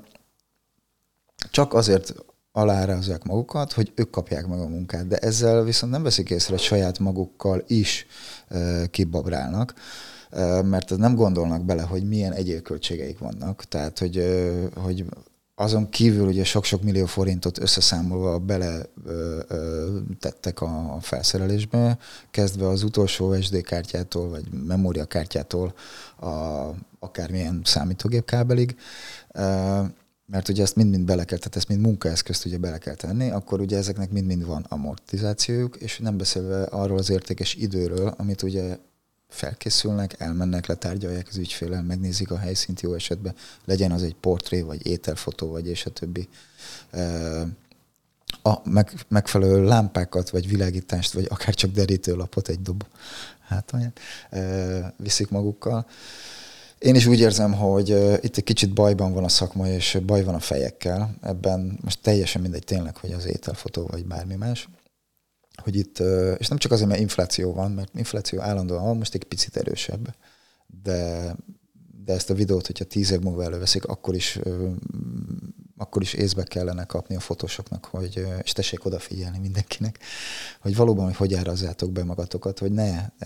[SPEAKER 1] csak azért alárázzák magukat, hogy ők kapják meg a munkát, de ezzel viszont nem veszik észre, hogy saját magukkal is kibabrálnak, mert nem gondolnak bele, hogy milyen egyéb költségeik vannak. Tehát, hogy azon kívül ugye sok-sok millió forintot összeszámolva bele tettek a felszerelésbe, kezdve az utolsó SD kártyától, vagy memóriakártyától akármilyen számítógép kábelig, mert ugye ezt mind-mind bele kell, tehát ezt mind munkaeszközt ugye bele kell tenni, akkor ugye ezeknek mind-mind van amortizációjuk, és nem beszélve arról az értékes időről, amit ugye felkészülnek, elmennek, letárgyalják az ügyféllel, megnézik a helyszínt jó esetben, legyen az egy portré, vagy ételfotó, vagy és a többi. A megfelelő lámpákat, vagy világítást, vagy akár csak derítőlapot, egy dob, hát olyan, viszik magukkal. Én is úgy érzem, hogy itt egy kicsit bajban van a szakma, és baj van a fejekkel. Ebben most teljesen mindegy tényleg, hogy az ételfotó, vagy bármi más. Hogy itt, és nem csak azért, mert infláció van, mert infláció állandóan van, most egy picit erősebb, de ezt a videót, hogyha 10 év múlva előveszik, akkor is észbe kellene kapni a fotósoknak, és tessék odafigyelni mindenkinek, hogy valóban, hogy árazzátok be magatokat, hogy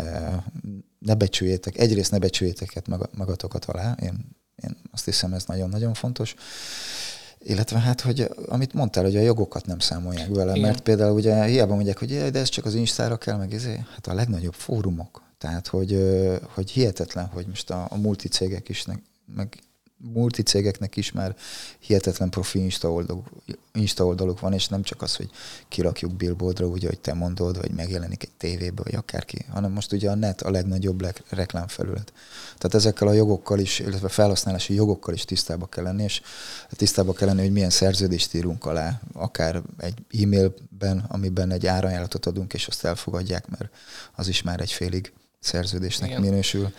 [SPEAKER 1] ne becsüljétek, egyrészt ne becsüljétek magatokat alá, én azt hiszem, ez nagyon-nagyon fontos, illetve hát, hogy amit mondtál, hogy a jogokat nem számolják vele, igen. Mert például ugye hiába mondják, hogy de ez csak az Instára kell, hát a legnagyobb fórumok. Tehát, hogy hihetetlen, hogy most a multicégek is, meg multicégeknek is már hihetetlen profi Insta oldaluk van, és nem csak az, hogy kirakjuk billboardra, úgy, hogy te mondod, vagy megjelenik egy tévébe, vagy akárki, hanem most ugye a net a legnagyobb reklámfelület. Tehát ezekkel a jogokkal is, illetve felhasználási jogokkal is tisztába kell lenni, és tisztába kell lenni, hogy milyen szerződést írunk alá, akár egy e-mailben, amiben egy árajánlatot adunk, és azt elfogadják, mert az is már egy félig szerződésnek igen. minősül.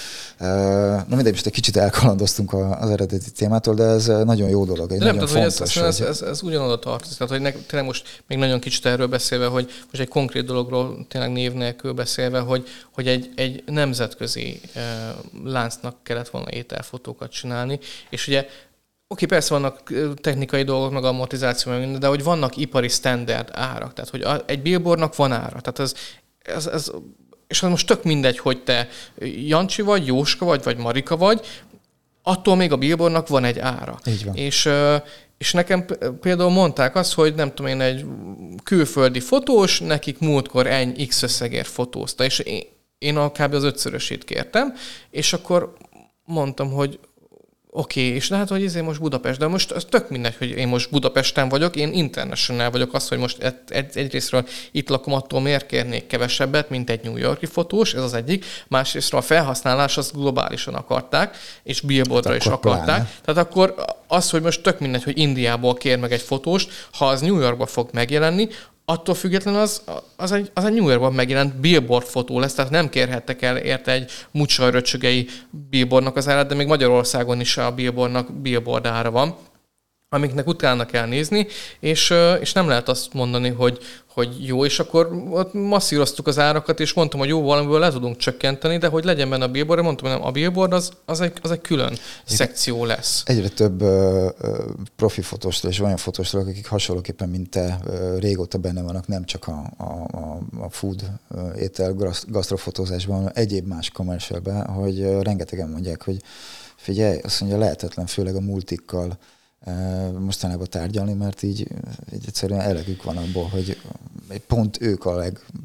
[SPEAKER 1] Na mindegy, most egy kicsit elkalandoztunk az eredeti témától, de ez nagyon jó dolog, egy nagyon fontos.
[SPEAKER 2] Ez ugyanoda tartozik. Tehát, hogy tényleg most még nagyon kicsit erről beszélve, hogy most egy konkrét dologról tényleg név nélkül beszélve, hogy egy nemzetközi láncnak kellett volna ételfotókat csinálni, és ugye oké, persze vannak technikai dolgok, meg amortizáció, meg minden, de hogy vannak ipari standard árak. Tehát, hogy egy billboardnak van ára. Tehát ez és az most tök mindegy, hogy te Jancsi vagy, Jóska vagy Marika vagy, attól még a billboardnak van egy ára.
[SPEAKER 1] Így van.
[SPEAKER 2] És nekem például mondták azt, hogy nem tudom én, egy külföldi fotós, nekik múltkor ennyi X összegért fotózta, és én kb. Az 5-szörösét kértem, és akkor mondtam, hogy oké, és lehet, hogy most Budapest, de most az tök mindegy, hogy én most Budapesten vagyok, én international vagyok, az, hogy most egyrésztről itt lakom, attól miért kérnék kevesebbet, mint egy New York-i fotós, ez az egyik, másrésztről a felhasználás azt globálisan akarták, és billboardra is akarták. Pláne. Tehát akkor az, hogy most tök mindegy, hogy Indiából kér meg egy fotóst, ha az New Yorkba fog megjelenni, attól függetlenül az egy New Yorkban megjelent billboard fotó lesz, tehát nem kérhettek el érte egy mucsajröcsögei billboardnak az árát, de még Magyarországon is a billboardnak billboard ára van, amiknek utána kell nézni, és nem lehet azt mondani, hogy jó, és akkor ott masszíroztuk az árakat, és mondtam, hogy jó, valamiből le tudunk csökkenteni, de hogy legyen benne a billboard, mondtam, hogy nem, a billboard az egy külön szekció lesz.
[SPEAKER 1] Egyre több profi fotóstól és olyan fotóstól, akik hasonlóképpen, mint te, régóta benne vannak, nem csak a food, étel, gasztrofotózásban, hanem egyéb más commercialben, hogy rengetegen mondják, hogy figyelj, azt mondja, lehetetlen, főleg a multikkal mostanában tárgyalni, mert így egyszerűen elegük van abból, hogy pont ők a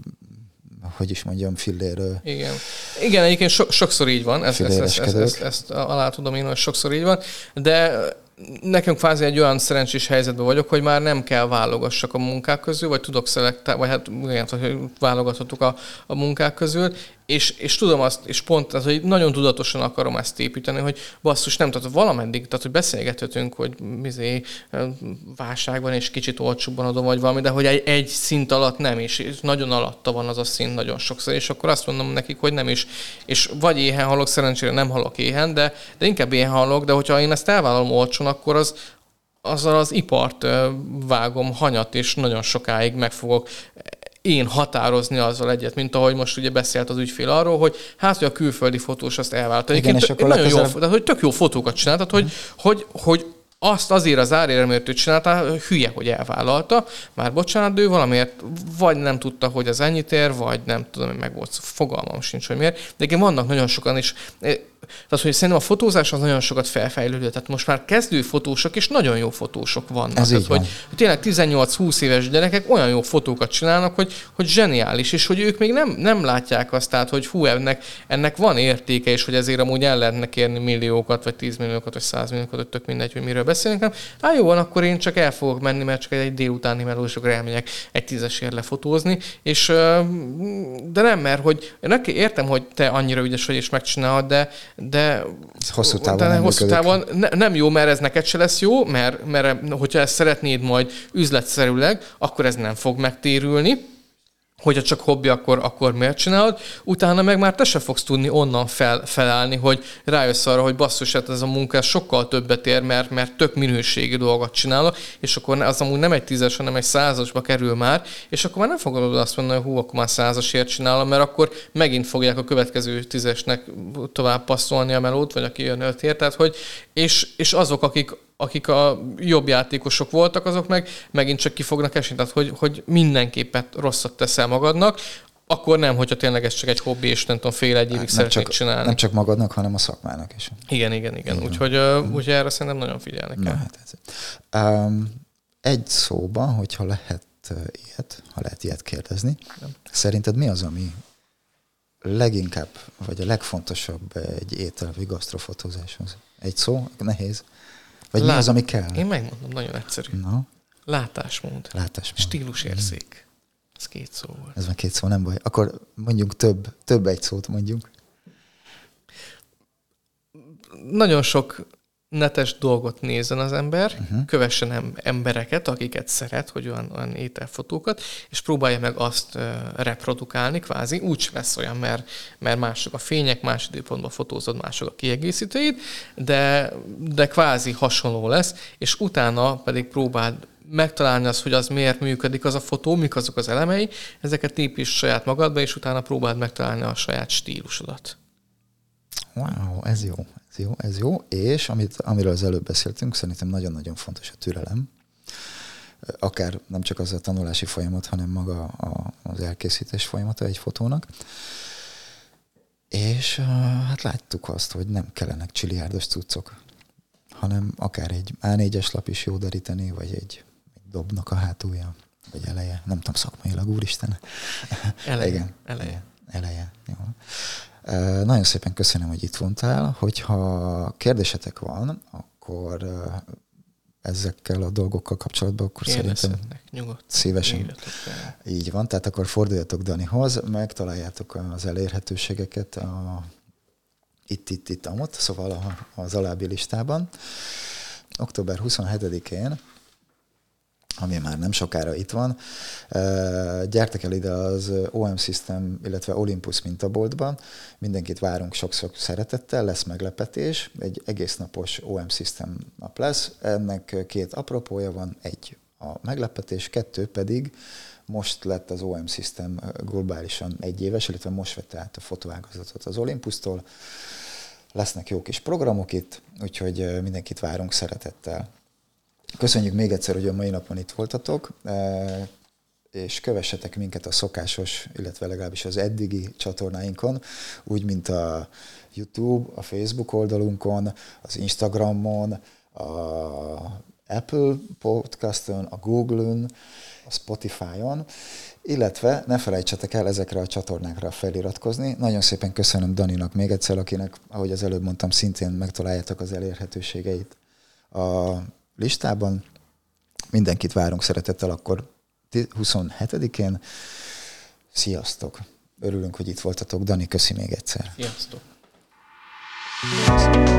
[SPEAKER 1] fillér.
[SPEAKER 2] Igen, egyébként sokszor így van, ezt alá tudom én, hogy sokszor így van, de nekem kvázi egy olyan szerencsés helyzetben vagyok, hogy már nem kell válogassak a munkák közül, vagy tudok szelektálni, vagy hát igen, hogy válogathatok a munkák közül, és tudom azt, és pont az, hogy nagyon tudatosan akarom ezt építeni, hogy basszus, nem, tehát valameddig, tehát hogy beszélgethetünk, hogy válságban és kicsit olcsóbban adom, vagy valami, de hogy egy szint alatt nem, és nagyon alatta van az a szint nagyon sokszor, és akkor azt mondom nekik, hogy nem is, és vagy éhen halok, szerencsére nem halok éhen, de inkább éhen halok, de hogyha én ezt elvállalom olcsón, akkor azzal az ipart vágom hanyat, és nagyon sokáig meg fogok én határozni azzal egyet, mint ahogy most ugye beszélt az ügyfél arról, hogy hát, hogy a külföldi fotós azt elvállalta.
[SPEAKER 1] Igen, és akkor
[SPEAKER 2] nagyon jó, tehát, hogy tök jó fotókat csináltat, hogy azt azért az áréremért ő csinálta, hülye, hogy elvállalta. Már bocsánat, de ő valamiért vagy nem tudta, hogy az ennyit ér, vagy nem tudom, meg volt fogalmam sincs, hogy miért. De igen, vannak nagyon sokan is. Tehát, hogy szerintem a fotózás az nagyon sokat felfejlődő. Tehát most már kezdő fotósok és nagyon jó fotósok vannak.
[SPEAKER 1] Ez
[SPEAKER 2] tehát,
[SPEAKER 1] így van.
[SPEAKER 2] hogy tényleg 18-20 éves gyerekek olyan jó fotókat csinálnak, hogy zseniális, és hogy ők még nem látják azt, tehát, hogy hú, ennek van értéke, és hogy ezért amúgy el lehetne kérni milliókat, vagy 10 milliókat, vagy 100 milliókat, hogy tök mindegy, hogy miről beszélünk. Nem? Jó van, akkor én csak el fogok menni, mert csak egy délutáni melósokra elmegyek egy 10-esért lefotózni, és de nem, mert hogy én értem, hogy te annyira ügyes vagy, és megcsinálod, de
[SPEAKER 1] hosszú távon
[SPEAKER 2] nem jó, mert ez neked se lesz jó, mert hogyha ezt szeretnéd majd üzletszerűleg, akkor ez nem fog megtérülni. Hogyha csak hobbi, akkor miért csinálod? Utána meg már te se fogsz tudni onnan felállni, hogy rájössz arra, hogy basszus, hát ez a munka ez sokkal többet ér, mert tök minőségi dolgot csinálok, és akkor az amúgy nem egy 10-es, hanem egy 100-asba kerül már, és akkor már nem fogod azt mondani, hogy hú, akkor már 100-asért csinálom, mert akkor megint fogják a következő 10-esnek tovább passzolni a melót, vagy aki jön 5-ért, tehát hogy, és azok, akik a jobb játékosok voltak, azok megint csak ki fognak esni. Tehát, hogy mindenképpen rosszat teszel magadnak, akkor nem, hogyha tényleg ez csak egy hobbi, és nem tudom, fél egy évig szeretnék csinálni.
[SPEAKER 1] Nem csak magadnak, hanem a szakmának is.
[SPEAKER 2] Igen. Úgyhogy erre szerintem nagyon figyelni kell.
[SPEAKER 1] Egy szóban, hogyha lehet ilyet kérdezni, szerinted mi az, ami leginkább, vagy a legfontosabb egy étel vagy gasztrofotózáshoz? Egy szó? Nehéz. Vagy mi az, ami kell?
[SPEAKER 2] Én megmondom, nagyon egyszerű.
[SPEAKER 1] No?
[SPEAKER 2] Látásmód. Stílusérzék. Ez 2 szó volt.
[SPEAKER 1] Ez már 2 szó, nem baj. Akkor mondjunk több egy szót mondjunk.
[SPEAKER 2] Nagyon sok netes dolgot nézzen az ember, kövessen embereket, akiket szeret, hogy olyan ételfotókat, és próbálja meg azt reprodukálni, kvázi. Úgy lesz olyan, mert mások a fények, más időpontban fotózod, mások a kiegészítőid, de kvázi hasonló lesz, és utána pedig próbáld megtalálni azt, hogy az miért működik az a fotó, mik azok az elemei, ezeket építs saját magadba, és utána próbáld megtalálni a saját stílusodat.
[SPEAKER 1] Wow, ez jó. És amiről az előbb beszéltünk, szerintem nagyon-nagyon fontos a türelem. Akár nem csak az a tanulási folyamat, hanem maga az elkészítés folyamata egy fotónak. És hát láttuk azt, hogy nem kellenek csiliárdos cuccok, hanem akár egy A4-es lap is jó deríteni, vagy egy dobnak a hátulja, vagy eleje. Nem tudom szakmailag, úristen. Eleje. Jó. Nagyon szépen köszönöm, hogy itt voltál. Hogyha kérdésetek van, akkor ezekkel a dolgokkal kapcsolatban, akkor szerintem szívesen. Így van, tehát akkor forduljatok Danihoz, megtaláljátok az elérhetőségeket itt, amott, szóval az alábbi listában. Október 27-én, ami már nem sokára itt van, gyertek el ide az OM System, illetve Olympus mintaboltban. Mindenkit várunk sok-sok szeretettel, lesz meglepetés, egy egész napos OM System nap lesz. Ennek 2 apropója van, 1 a meglepetés, 2 pedig most lett az OM System globálisan 1 éves, illetve most vette át a fotóágazatot az Olympustól. Lesznek jó kis programok itt, úgyhogy mindenkit várunk szeretettel. Köszönjük még egyszer, hogy a mai napon itt voltatok, és kövessetek minket a szokásos, illetve legalábbis az eddigi csatornáinkon, úgy, mint a YouTube, a Facebook oldalunkon, az Instagramon, a Apple Podcaston, a Google-on, a Spotify-on, illetve ne felejtsetek el ezekre a csatornákra feliratkozni. Nagyon szépen köszönöm Daninak még egyszer, akinek, ahogy az előbb mondtam, szintén megtaláljátok az elérhetőségeit a listában. Mindenkit várunk szeretettel akkor 27-én. Sziasztok! Örülünk, hogy itt voltatok. Dani, köszi még egyszer.
[SPEAKER 2] Sziasztok!